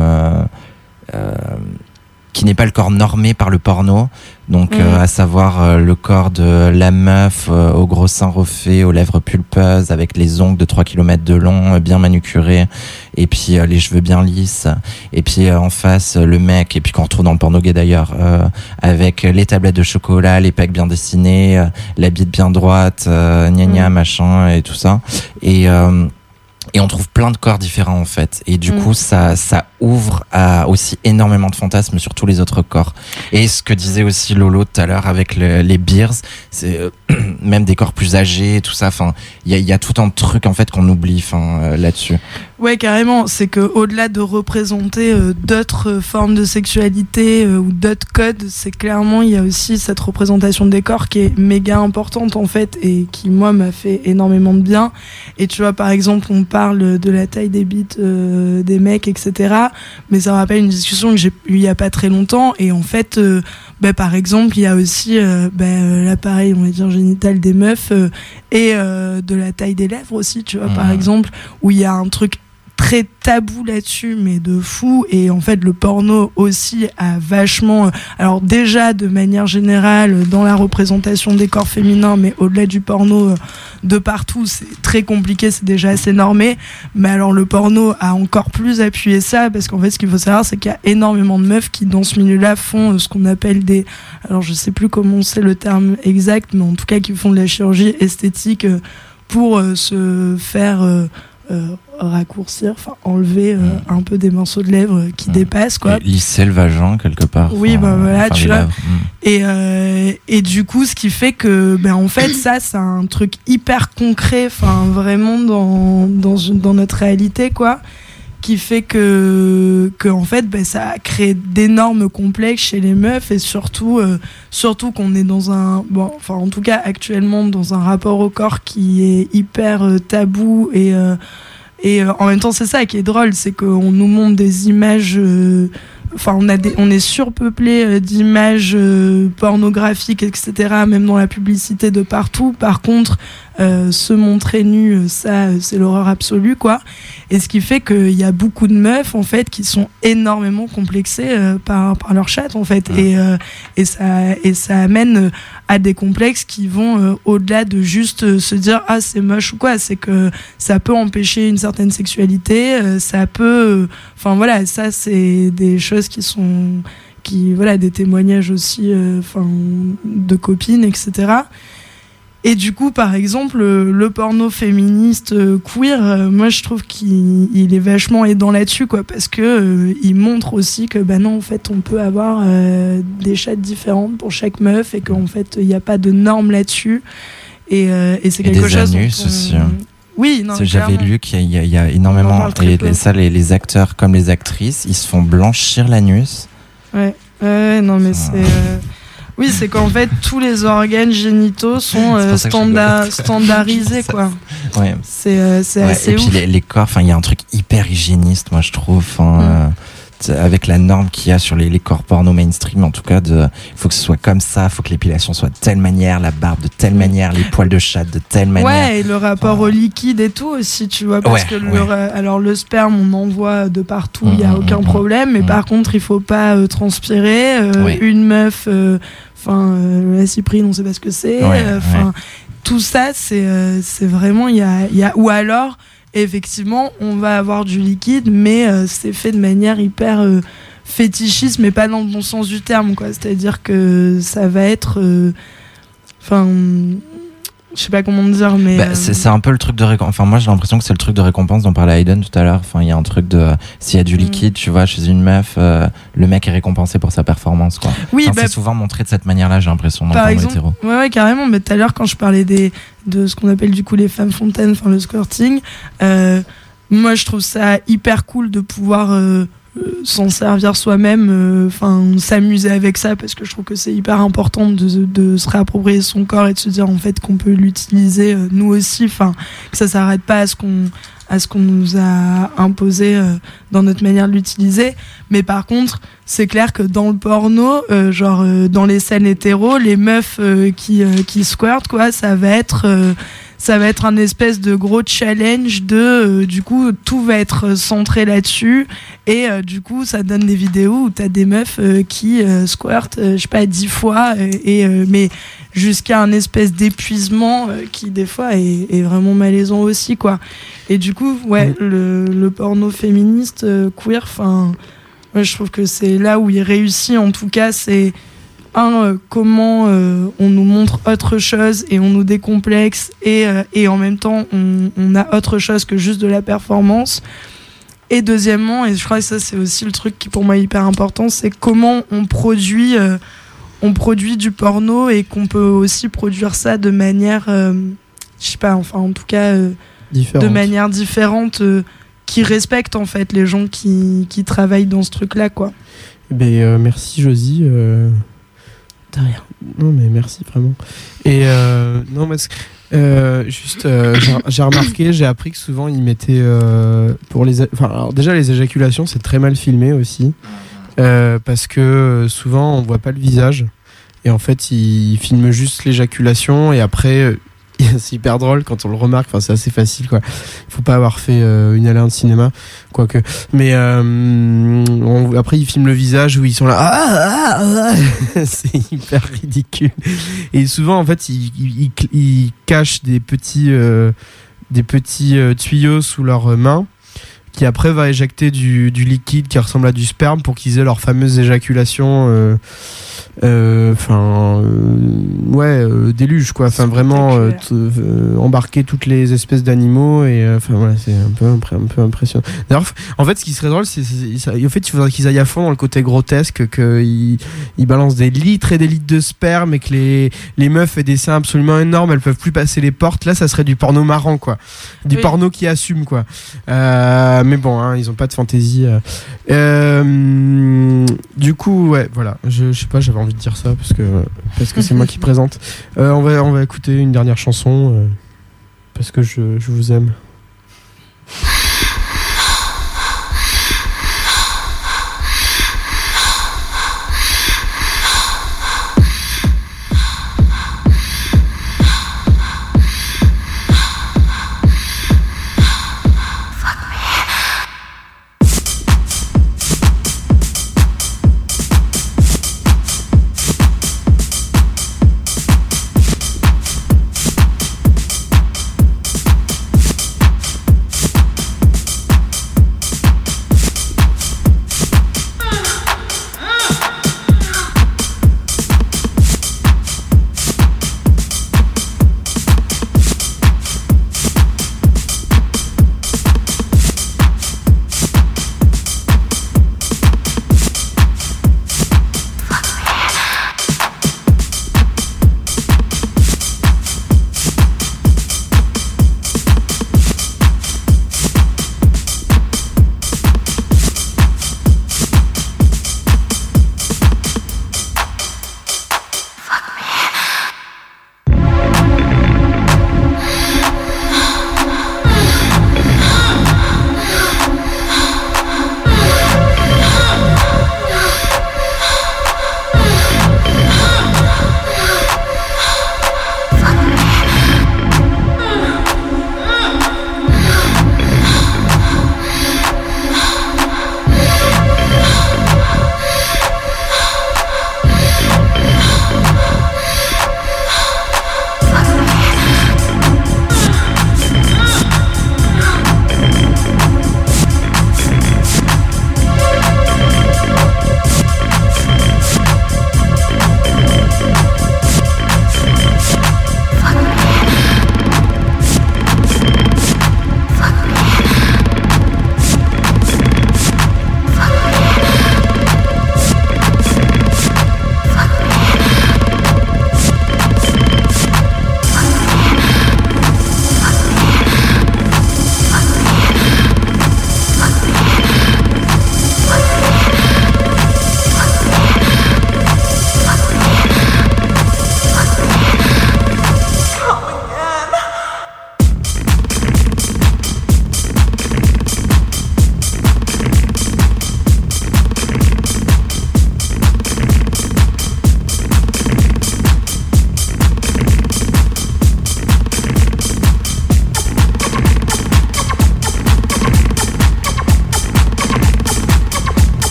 qui n'est pas le corps normé par le porno, donc à savoir le corps de la meuf au gros sein refait, aux lèvres pulpeuses, avec les ongles de 3 km de long, bien manucurés, et puis les cheveux bien lisses, et puis en face le mec, et puis qu'on retrouve dans le porno gay d'ailleurs, avec les tablettes de chocolat, les pecs bien dessinés, la bite bien droite, gna gna machin et tout ça, et on trouve plein de corps différents en fait, et du coup ça ouvre à aussi énormément de fantasmes sur tous les autres corps. Et ce que disait aussi Lolo tout à l'heure avec les beers, c'est même des corps plus âgés et tout ça. Enfin, il y a tout un truc en fait qu'on oublie là-dessus. Ouais, carrément. C'est que au-delà de représenter d'autres formes de sexualité ou d'autres codes, c'est clairement, il y a aussi cette représentation des corps qui est méga importante en fait, et qui moi m'a fait énormément de bien. Et tu vois, par exemple, on parle de la taille des bites des mecs, etc. Mais ça me rappelle une discussion que j'ai eue il y a pas très longtemps, et en fait par exemple il y a aussi l'appareil, on va dire, génital des meufs, et de la taille des lèvres aussi, tu vois, par exemple, où il y a un truc très tabou là-dessus, mais de fou. Et en fait, le porno aussi a vachement... alors déjà, de manière générale, dans la représentation des corps féminins, mais au-delà du porno, de partout, c'est très compliqué, c'est déjà assez normé. Mais alors, le porno a encore plus appuyé ça, parce qu'en fait, ce qu'il faut savoir, c'est qu'il y a énormément de meufs qui, dans ce milieu-là, font ce qu'on appelle des... alors, je sais plus comment c'est le terme exact, mais en tout cas, qui font de la chirurgie esthétique pour se faire... raccourcir, enfin enlever un peu des morceaux de lèvres qui dépassent, quoi. Lisser le vagin quelque part. Oui, voilà, tu vois. Et du coup, ce qui fait que, en fait, ça, c'est un truc hyper concret, enfin vraiment dans notre réalité, quoi, qui fait que en fait, ça a créé d'énormes complexes chez les meufs et surtout qu'on est dans un, en tout cas actuellement dans un rapport au corps qui est hyper tabou et en même temps c'est ça qui est drôle, c'est qu'on nous montre des images, on est surpeuplé d'images pornographiques, etc., même dans la publicité de partout. Par contre, se montrer nu, ça, c'est l'horreur absolue, quoi. Et ce qui fait qu'il y a beaucoup de meufs, en fait, qui sont énormément complexées par leur chatte, en fait. Et ça amène à des complexes qui vont au-delà de juste se dire « Ah, c'est moche » ou quoi. C'est que ça peut empêcher une certaine sexualité, ça peut... ça, c'est des choses des témoignages aussi de copines, etc. Et du coup, par exemple, le porno féministe queer, moi je trouve qu'il est vachement aidant là-dessus, quoi, parce que il montre aussi que non, en fait, on peut avoir des chattes différentes pour chaque meuf et qu'en fait, il n'y a pas de normes là-dessus. Et c'est quelque chose. Des anus aussi. Oui, non. J'avais lu qu'il y a énormément les acteurs comme les actrices, ils se font blanchir l'anus. Ouais, non mais c'est. Oui, c'est qu'en fait, tous les organes génitaux sont standardisés, quoi. Ouais. C'est assez ouf. Et puis les corps, il y a un truc hyper hygiéniste, moi, je trouve. Avec la norme qu'il y a sur les corps porno mainstream, en tout cas, il faut que ce soit comme ça, il faut que l'épilation soit de telle manière, la barbe de telle manière, les poils de chatte de telle manière. Ouais, et le rapport au liquide et tout aussi, tu vois, parce que alors le sperme, on en voit de partout, il n'y a aucun problème, mais par contre, il ne faut pas transpirer. Une meuf, la cyprine, on ne sait pas ce que c'est. Tout ça, c'est vraiment, il y a ou alors... effectivement, on va avoir du liquide, mais c'est fait de manière hyper fétichiste, mais pas dans le bon sens du terme, quoi. C'est-à-dire que ça va être... je sais pas comment dire, mais... c'est un peu le truc de récompense. Enfin, moi, j'ai l'impression que c'est le truc de récompense dont parlait Hayden tout à l'heure. Enfin, il y a un truc de... S'il y a du liquide, tu vois, chez une meuf, le mec est récompensé pour sa performance, quoi. Oui, c'est souvent montré de cette manière-là, j'ai l'impression, dans le porno hétéro. Ouais, carrément. Mais tout à l'heure, quand je parlais de ce qu'on appelle du coup les femmes fontaines, le squirting, moi, je trouve ça hyper cool de pouvoir... s'en servir soi-même, s'amuser avec ça, parce que je trouve que c'est hyper important de se réapproprier son corps et de se dire en fait qu'on peut l'utiliser nous aussi, que ça s'arrête pas à ce qu'on nous a imposé dans notre manière de l'utiliser. Mais par contre, c'est clair que dans le porno, dans les scènes hétéros, les meufs qui squirtent, quoi, ça va être un espèce de gros challenge du coup tout va être centré là-dessus et du coup ça donne des vidéos où t'as des meufs qui squirtent 10 fois mais jusqu'à un espèce d'épuisement qui des fois est vraiment malaisant aussi, quoi. Et du coup le porno féministe queer, moi je trouve que c'est là où il réussit, en tout cas. C'est comment on nous montre autre chose et on nous décomplexe et en même temps on a autre chose que juste de la performance. Et deuxièmement, et je crois que ça c'est aussi le truc qui pour moi est hyper important, c'est comment on produit du porno et qu'on peut aussi produire ça de manière en tout cas de manière différente, qui respecte en fait les gens qui travaillent dans ce truc là, quoi. Merci Josie. De rien. Non mais merci vraiment. Et non parce que j'ai remarqué, j'ai appris que souvent ils mettaient alors déjà les éjaculations c'est très mal filmé aussi, parce que souvent on voit pas le visage et en fait ils filment juste l'éjaculation et après c'est hyper drôle quand on le remarque. Enfin, c'est assez facile, quoi. Il faut pas avoir fait une année de cinéma, quoique. Mais après, ils filment le visage où ils sont là. C'est hyper ridicule. Et souvent, en fait, ils cachent des petits tuyaux sous leurs mains, qui après va éjecter du liquide qui ressemble à du sperme pour qu'ils aient leur fameuse éjaculation. Déluge, quoi. Enfin, vraiment embarquer toutes les espèces d'animaux, et enfin voilà, c'est un peu impressionnant. D'ailleurs, en fait, ce qui serait drôle, c'est en fait, il faudrait qu'ils aillent à fond dans le côté grotesque, qu'ils balancent des litres et des litres de sperme, et que les meufs aient des seins absolument énormes, elles peuvent plus passer les portes. Là, ça serait du porno marrant, quoi. Du porno qui assume, quoi. Mais bon, hein, ils ont pas de fantaisie. Du coup, ouais, voilà. Je sais pas, j'avais envie de dire ça parce que c'est moi qui présente. On va écouter une dernière chanson parce que je vous aime.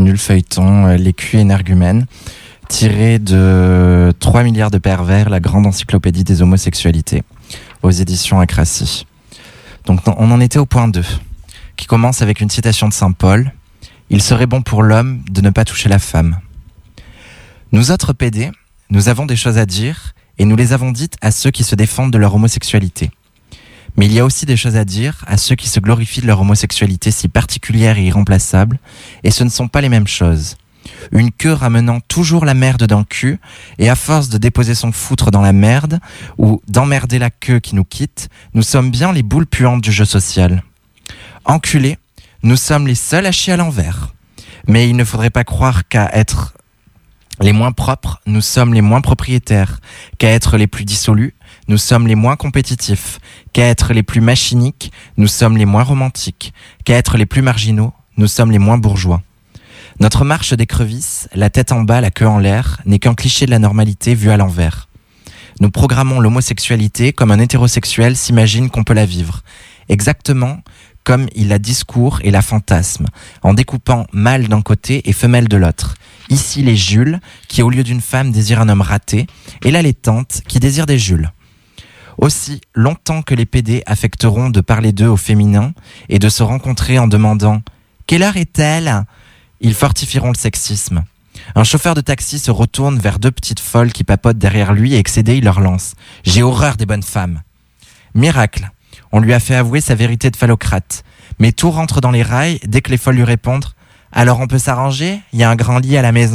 continue le feuilleton L'écu énergumène, tiré de 3 milliards de pervers, la grande encyclopédie des homosexualités, aux éditions Acracy. Donc on en était au point 2, qui commence avec une citation de Saint Paul. « Il serait bon pour l'homme de ne pas toucher la femme. » Nous autres PD, nous avons des choses à dire, et nous les avons dites à ceux qui se défendent de leur homosexualité. Mais il y a aussi des choses à dire à ceux qui se glorifient de leur homosexualité si particulière et irremplaçable, et ce ne sont pas les mêmes choses. Une queue ramenant toujours la merde d'un cul, et à force de déposer son foutre dans la merde, ou d'emmerder la queue qui nous quitte, nous sommes bien les boules puantes du jeu social. Enculés, nous sommes les seuls à chier à l'envers. Mais il ne faudrait pas croire qu'à être les moins propres, nous sommes les moins propriétaires, qu'à être les plus dissolus, nous sommes les moins compétitifs, qu'à être les plus machiniques, nous sommes les moins romantiques, qu'à être les plus marginaux, nous sommes les moins bourgeois. Notre marche d'écrevisse, la tête en bas, la queue en l'air, n'est qu'un cliché de la normalité vu à l'envers. Nous programmons l'homosexualité comme un hétérosexuel s'imagine qu'on peut la vivre, exactement comme il la discourt et la fantasme, en découpant mâle d'un côté et femelle de l'autre. Ici les Jules, qui au lieu d'une femme désirent un homme raté, et là les tantes, qui désirent des Jules. Aussi longtemps que les PD affecteront de parler d'eux au féminin, et de se rencontrer en demandant « Quelle heure est-elle ?» ils fortifieront le sexisme. Un chauffeur de taxi se retourne vers 2 petites folles qui papotent derrière lui et excédé, il leur lance « J'ai horreur des bonnes femmes !» Miracle, on lui a fait avouer sa vérité de phallocrate. Mais tout rentre dans les rails dès que les folles lui répondent « Alors on peut s'arranger ? Il y a un grand lit à la maison. »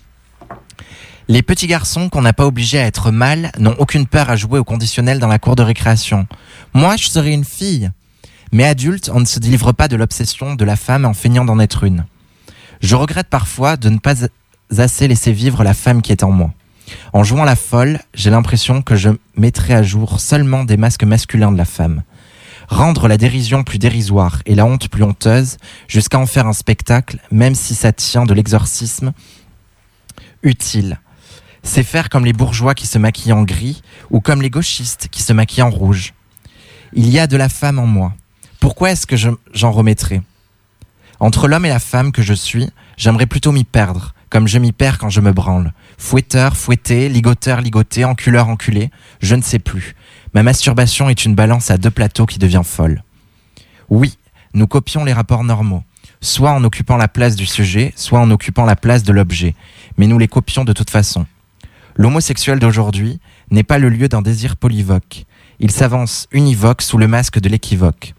Les petits garçons qu'on n'a pas obligés à être mâles n'ont aucune peur à jouer au conditionnel dans la cour de récréation. « Moi, je serai une fille !» Mais adulte, on ne se délivre pas de l'obsession de la femme en feignant d'en être une. Je regrette parfois de ne pas assez laisser vivre la femme qui est en moi. En jouant la folle, j'ai l'impression que je mettrai à jour seulement des masques masculins de la femme. Rendre la dérision plus dérisoire et la honte plus honteuse, jusqu'à en faire un spectacle, même si ça tient de l'exorcisme, utile. C'est faire comme les bourgeois qui se maquillent en gris, ou comme les gauchistes qui se maquillent en rouge. Il y a de la femme en moi. Pourquoi est-ce que j'en remettrai ? Entre l'homme et la femme que je suis, j'aimerais plutôt m'y perdre, comme je m'y perds quand je me branle. Fouetteur, fouetté, ligoteur, ligoté, enculeur, enculé, je ne sais plus. Ma masturbation est une balance à 2 plateaux qui devient folle. Oui, nous copions les rapports normaux, soit en occupant la place du sujet, soit en occupant la place de l'objet, mais nous les copions de toute façon. L'homosexuel d'aujourd'hui n'est pas le lieu d'un désir polyvoque. Il s'avance univoque sous le masque de l'équivoque.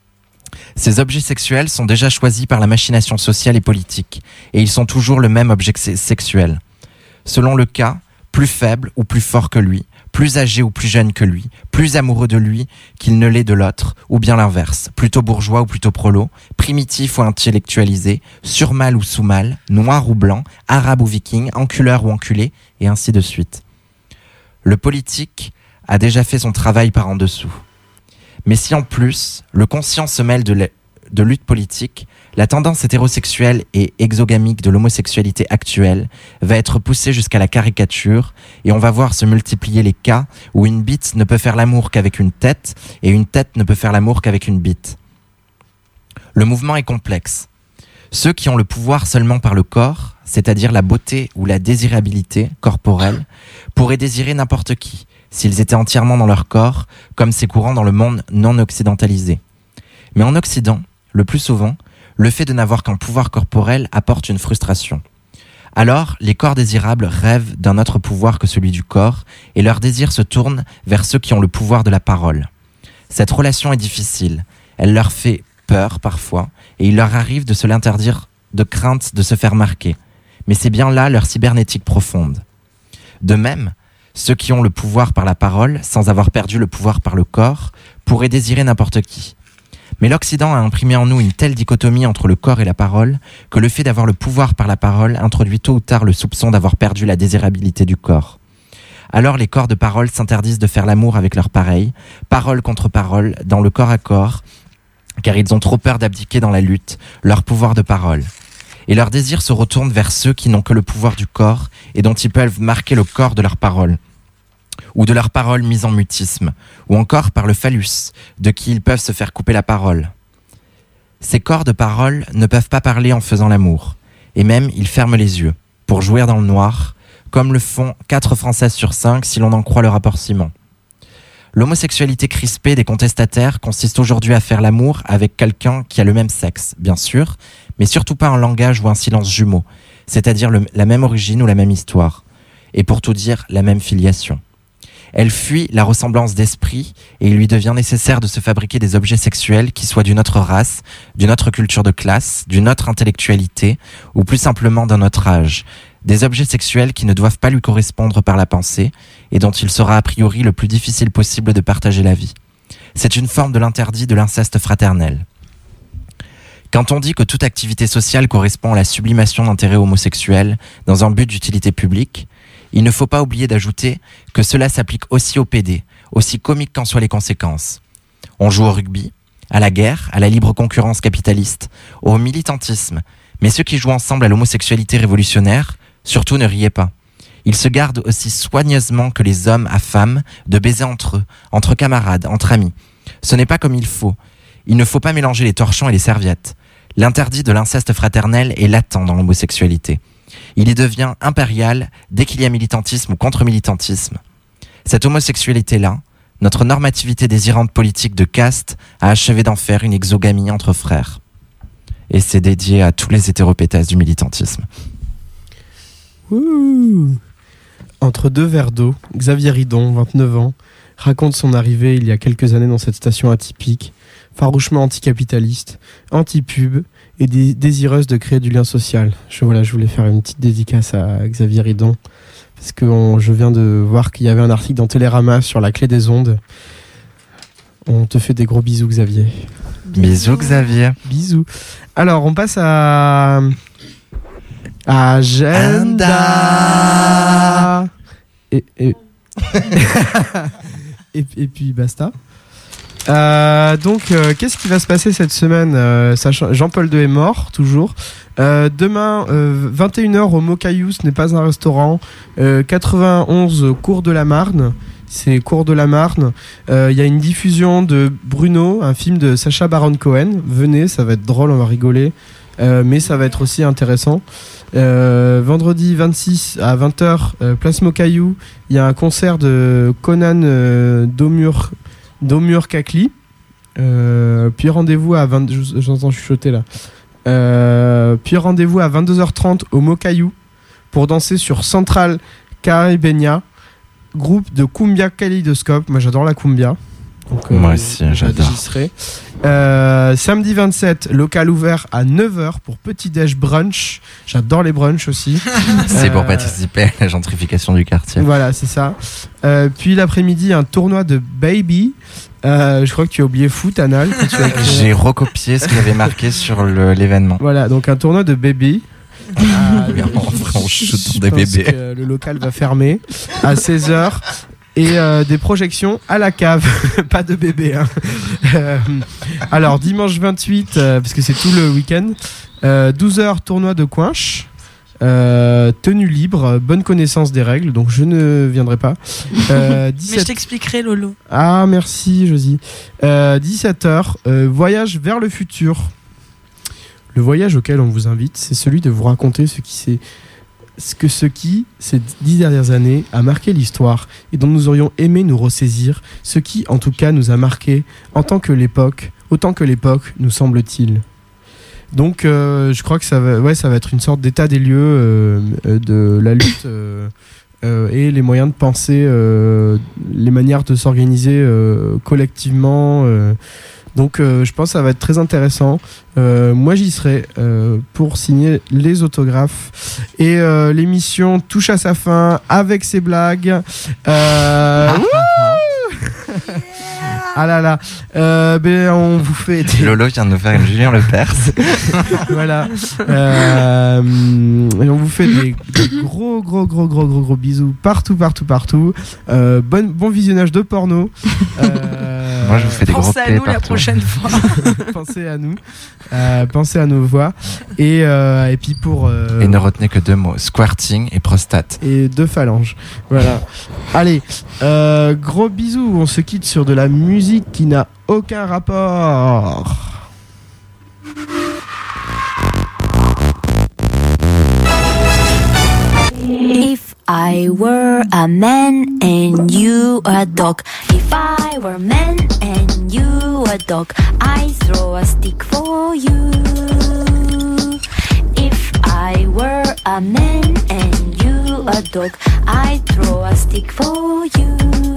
Ces objets sexuels sont déjà choisis par la machination sociale et politique, et ils sont toujours le même objet sexuel. Selon le cas, plus faible ou plus fort que lui, plus âgé ou plus jeune que lui, plus amoureux de lui qu'il ne l'est de l'autre, ou bien l'inverse, plutôt bourgeois ou plutôt prolo, primitif ou intellectualisé, surmâle ou sous-mâle, noir ou blanc, arabe ou viking, enculeur ou enculé, et ainsi de suite. Le politique a déjà fait son travail par en dessous. Mais si en plus, le conscient se mêle de lutte politique, la tendance hétérosexuelle et exogamique de l'homosexualité actuelle va être poussée jusqu'à la caricature et on va voir se multiplier les cas où une bite ne peut faire l'amour qu'avec une tête et une tête ne peut faire l'amour qu'avec une bite. Le mouvement est complexe. Ceux qui ont le pouvoir seulement par le corps, c'est-à-dire la beauté ou la désirabilité corporelle, pourraient désirer n'importe qui, s'ils étaient entièrement dans leur corps, comme c'est courant dans le monde non occidentalisé. Mais en Occident, le plus souvent, le fait de n'avoir qu'un pouvoir corporel apporte une frustration. Alors, les corps désirables rêvent d'un autre pouvoir que celui du corps, et leur désir se tourne vers ceux qui ont le pouvoir de la parole. Cette relation est difficile, elle leur fait peur parfois, et il leur arrive de se l'interdire de crainte de se faire marquer. Mais c'est bien là leur cybernétique profonde. De même, ceux qui ont le pouvoir par la parole, sans avoir perdu le pouvoir par le corps, pourraient désirer n'importe qui. Mais l'Occident a imprimé en nous une telle dichotomie entre le corps et la parole que le fait d'avoir le pouvoir par la parole introduit tôt ou tard le soupçon d'avoir perdu la désirabilité du corps. Alors les corps de parole s'interdisent de faire l'amour avec leurs pareils, parole contre parole, dans le corps à corps, car ils ont trop peur d'abdiquer dans la lutte leur pouvoir de parole. Et leur désir se retourne vers ceux qui n'ont que le pouvoir du corps et dont ils peuvent marquer le corps de leur parole, ou de leur parole mise en mutisme, ou encore par le phallus, de qui ils peuvent se faire couper la parole. Ces corps de parole ne peuvent pas parler en faisant l'amour. Et même, ils ferment les yeux pour jouir dans le noir, comme le font 4 Françaises sur 5 si l'on en croit le rapport Simon. L'homosexualité crispée des contestataires consiste aujourd'hui à faire l'amour avec quelqu'un qui a le même sexe, bien sûr, mais surtout pas un langage ou un silence jumeau, c'est-à-dire la même origine ou la même histoire, et pour tout dire, la même filiation. Elle fuit la ressemblance d'esprit et il lui devient nécessaire de se fabriquer des objets sexuels qui soient d'une autre race, d'une autre culture de classe, d'une autre intellectualité ou plus simplement d'un autre âge. Des objets sexuels qui ne doivent pas lui correspondre par la pensée et dont il sera a priori le plus difficile possible de partager la vie. C'est une forme de l'interdit de l'inceste fraternel. Quand on dit que toute activité sociale correspond à la sublimation d'intérêts homosexuels dans un but d'utilité publique, il ne faut pas oublier d'ajouter que cela s'applique aussi au PD, aussi comique qu'en soient les conséquences. On joue au rugby, à la guerre, à la libre concurrence capitaliste, au militantisme, mais ceux qui jouent ensemble à l'homosexualité révolutionnaire, surtout ne riez pas. Ils se gardent aussi soigneusement que les hommes à femmes de baiser entre eux, entre camarades, entre amis. Ce n'est pas comme il faut. Il ne faut pas mélanger les torchons et les serviettes. L'interdit de l'inceste fraternel est latent dans l'homosexualité. Il y devient impérial dès qu'il y a militantisme ou contre-militantisme. Cette homosexualité-là, notre normativité désirante politique de caste, a achevé d'en faire une exogamie entre frères. Et c'est dédié à tous les hétéropétasses du militantisme. Ouh. Entre deux verres d'eau, Xavier Ridon, 29 ans, raconte son arrivée il y a quelques années dans cette station atypique, farouchement anticapitaliste, anti-pub et désireuse de créer du lien social. Je voulais faire une petite dédicace à Xavier Ridon, parce que je viens de voir qu'il y avait un article dans Télérama sur la clé des ondes. On te fait des gros bisous, Xavier. Bisous, Xavier. Bisous. Alors, on passe à Agenda. Et puis basta. Donc, qu'est-ce qui va se passer cette semaine, sachant Jean-Paul II est mort, toujours. Demain, 21h au Mocaillou, ce n'est pas un restaurant. 91 Cours de la Marne. C'est Cours de la Marne. Il y a une diffusion de Bruno, un film de Sacha Baron Cohen. Venez, ça va être drôle, on va rigoler. Mais ça va être aussi intéressant. Vendredi 26 à 20h, Place Mocaillou, il y a un concert de Conan Domur Kakli. Puis rendez-vous à j'entends chuchoter là. Puis rendez-vous à 22h30 au Mocaillou pour danser sur Central Caribbean, groupe de Cumbia Kaleidoscope. Moi j'adore la cumbia. Donc, moi aussi j'adore. J'y serai. Samedi 27, local ouvert à 9h pour petit déj brunch. J'adore les brunchs aussi. C'est pour participer à la gentrification du quartier. Voilà, c'est ça. Puis l'après-midi, un tournoi de baby. Je crois que tu as oublié foot, Anal. J'ai recopié ce qu'il avait marqué sur l'événement. Voilà, donc un tournoi de baby. On shoot des bébés. Que le local va fermer à 16h. Et des projections à la cave. Pas de bébé. Hein. Alors, dimanche 28, parce que c'est tout le week-end, 12h, tournoi de coinche. Tenue libre, bonne connaissance des règles, donc je ne viendrai pas. 17... Mais je t'expliquerai, Lolo. Ah, merci, Josie. 17h, voyage vers le futur. Le voyage auquel on vous invite, c'est celui de vous raconter ce qui, ces 10 dernières années, a marqué l'histoire et dont nous aurions aimé nous ressaisir, ce qui, en tout cas, nous a marqué autant que l'époque nous semble-t-il. Donc, je crois que ça va être une sorte d'état des lieux de la lutte et les moyens de penser, les manières de s'organiser collectivement. Donc je pense que ça va être très intéressant. Moi j'y serai pour signer les autographes. Et l'émission touche à sa fin avec ses blagues. Ah là là, on vous fait des... Lolo vient de nous faire une Julien Lepers. Voilà. Et on vous fait des gros bisous partout. Bon visionnage de porno. Moi je vous fais des gros Pensez à nous la prochaine fois. Pensez à nos voix. Et puis pour... Et ne retenez que 2 mots, squirting et prostate. Et 2 phalanges. Voilà. Allez, gros bisous. On se quitte sur de la musique qui n'a aucun rapport. I were a man and you a dog. If I were a man and you a dog, I throw a stick for you. If I were a man and you a dog, I throw a stick for you.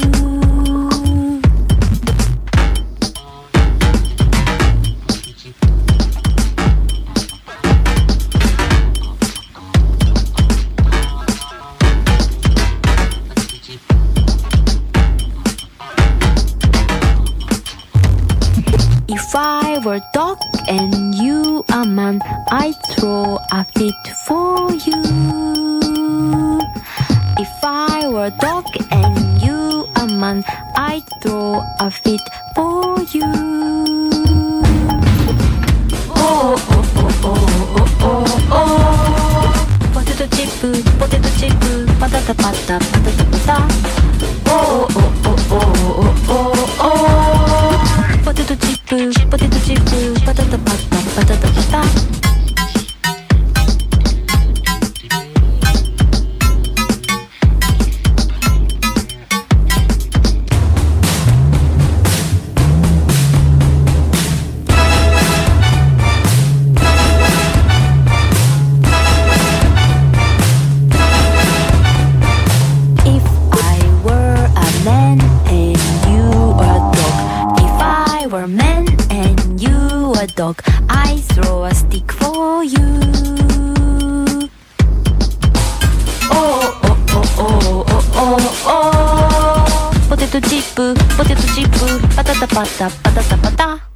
If I were a dog and you a man, I'd throw a fit for you. If I were a dog and you a man, I'd throw a fit for you. Oh, oh, oh, oh, oh, oh, oh. Potato chip, patata, patata, patata, patata. Oh, oh, oh, oh, oh, oh, oh. Potato chip, patata, patata, patata, patata. Dog, I throw a stick for you. Oh, oh, oh, oh, oh, oh, oh. Potato chip, patata, patata, patata.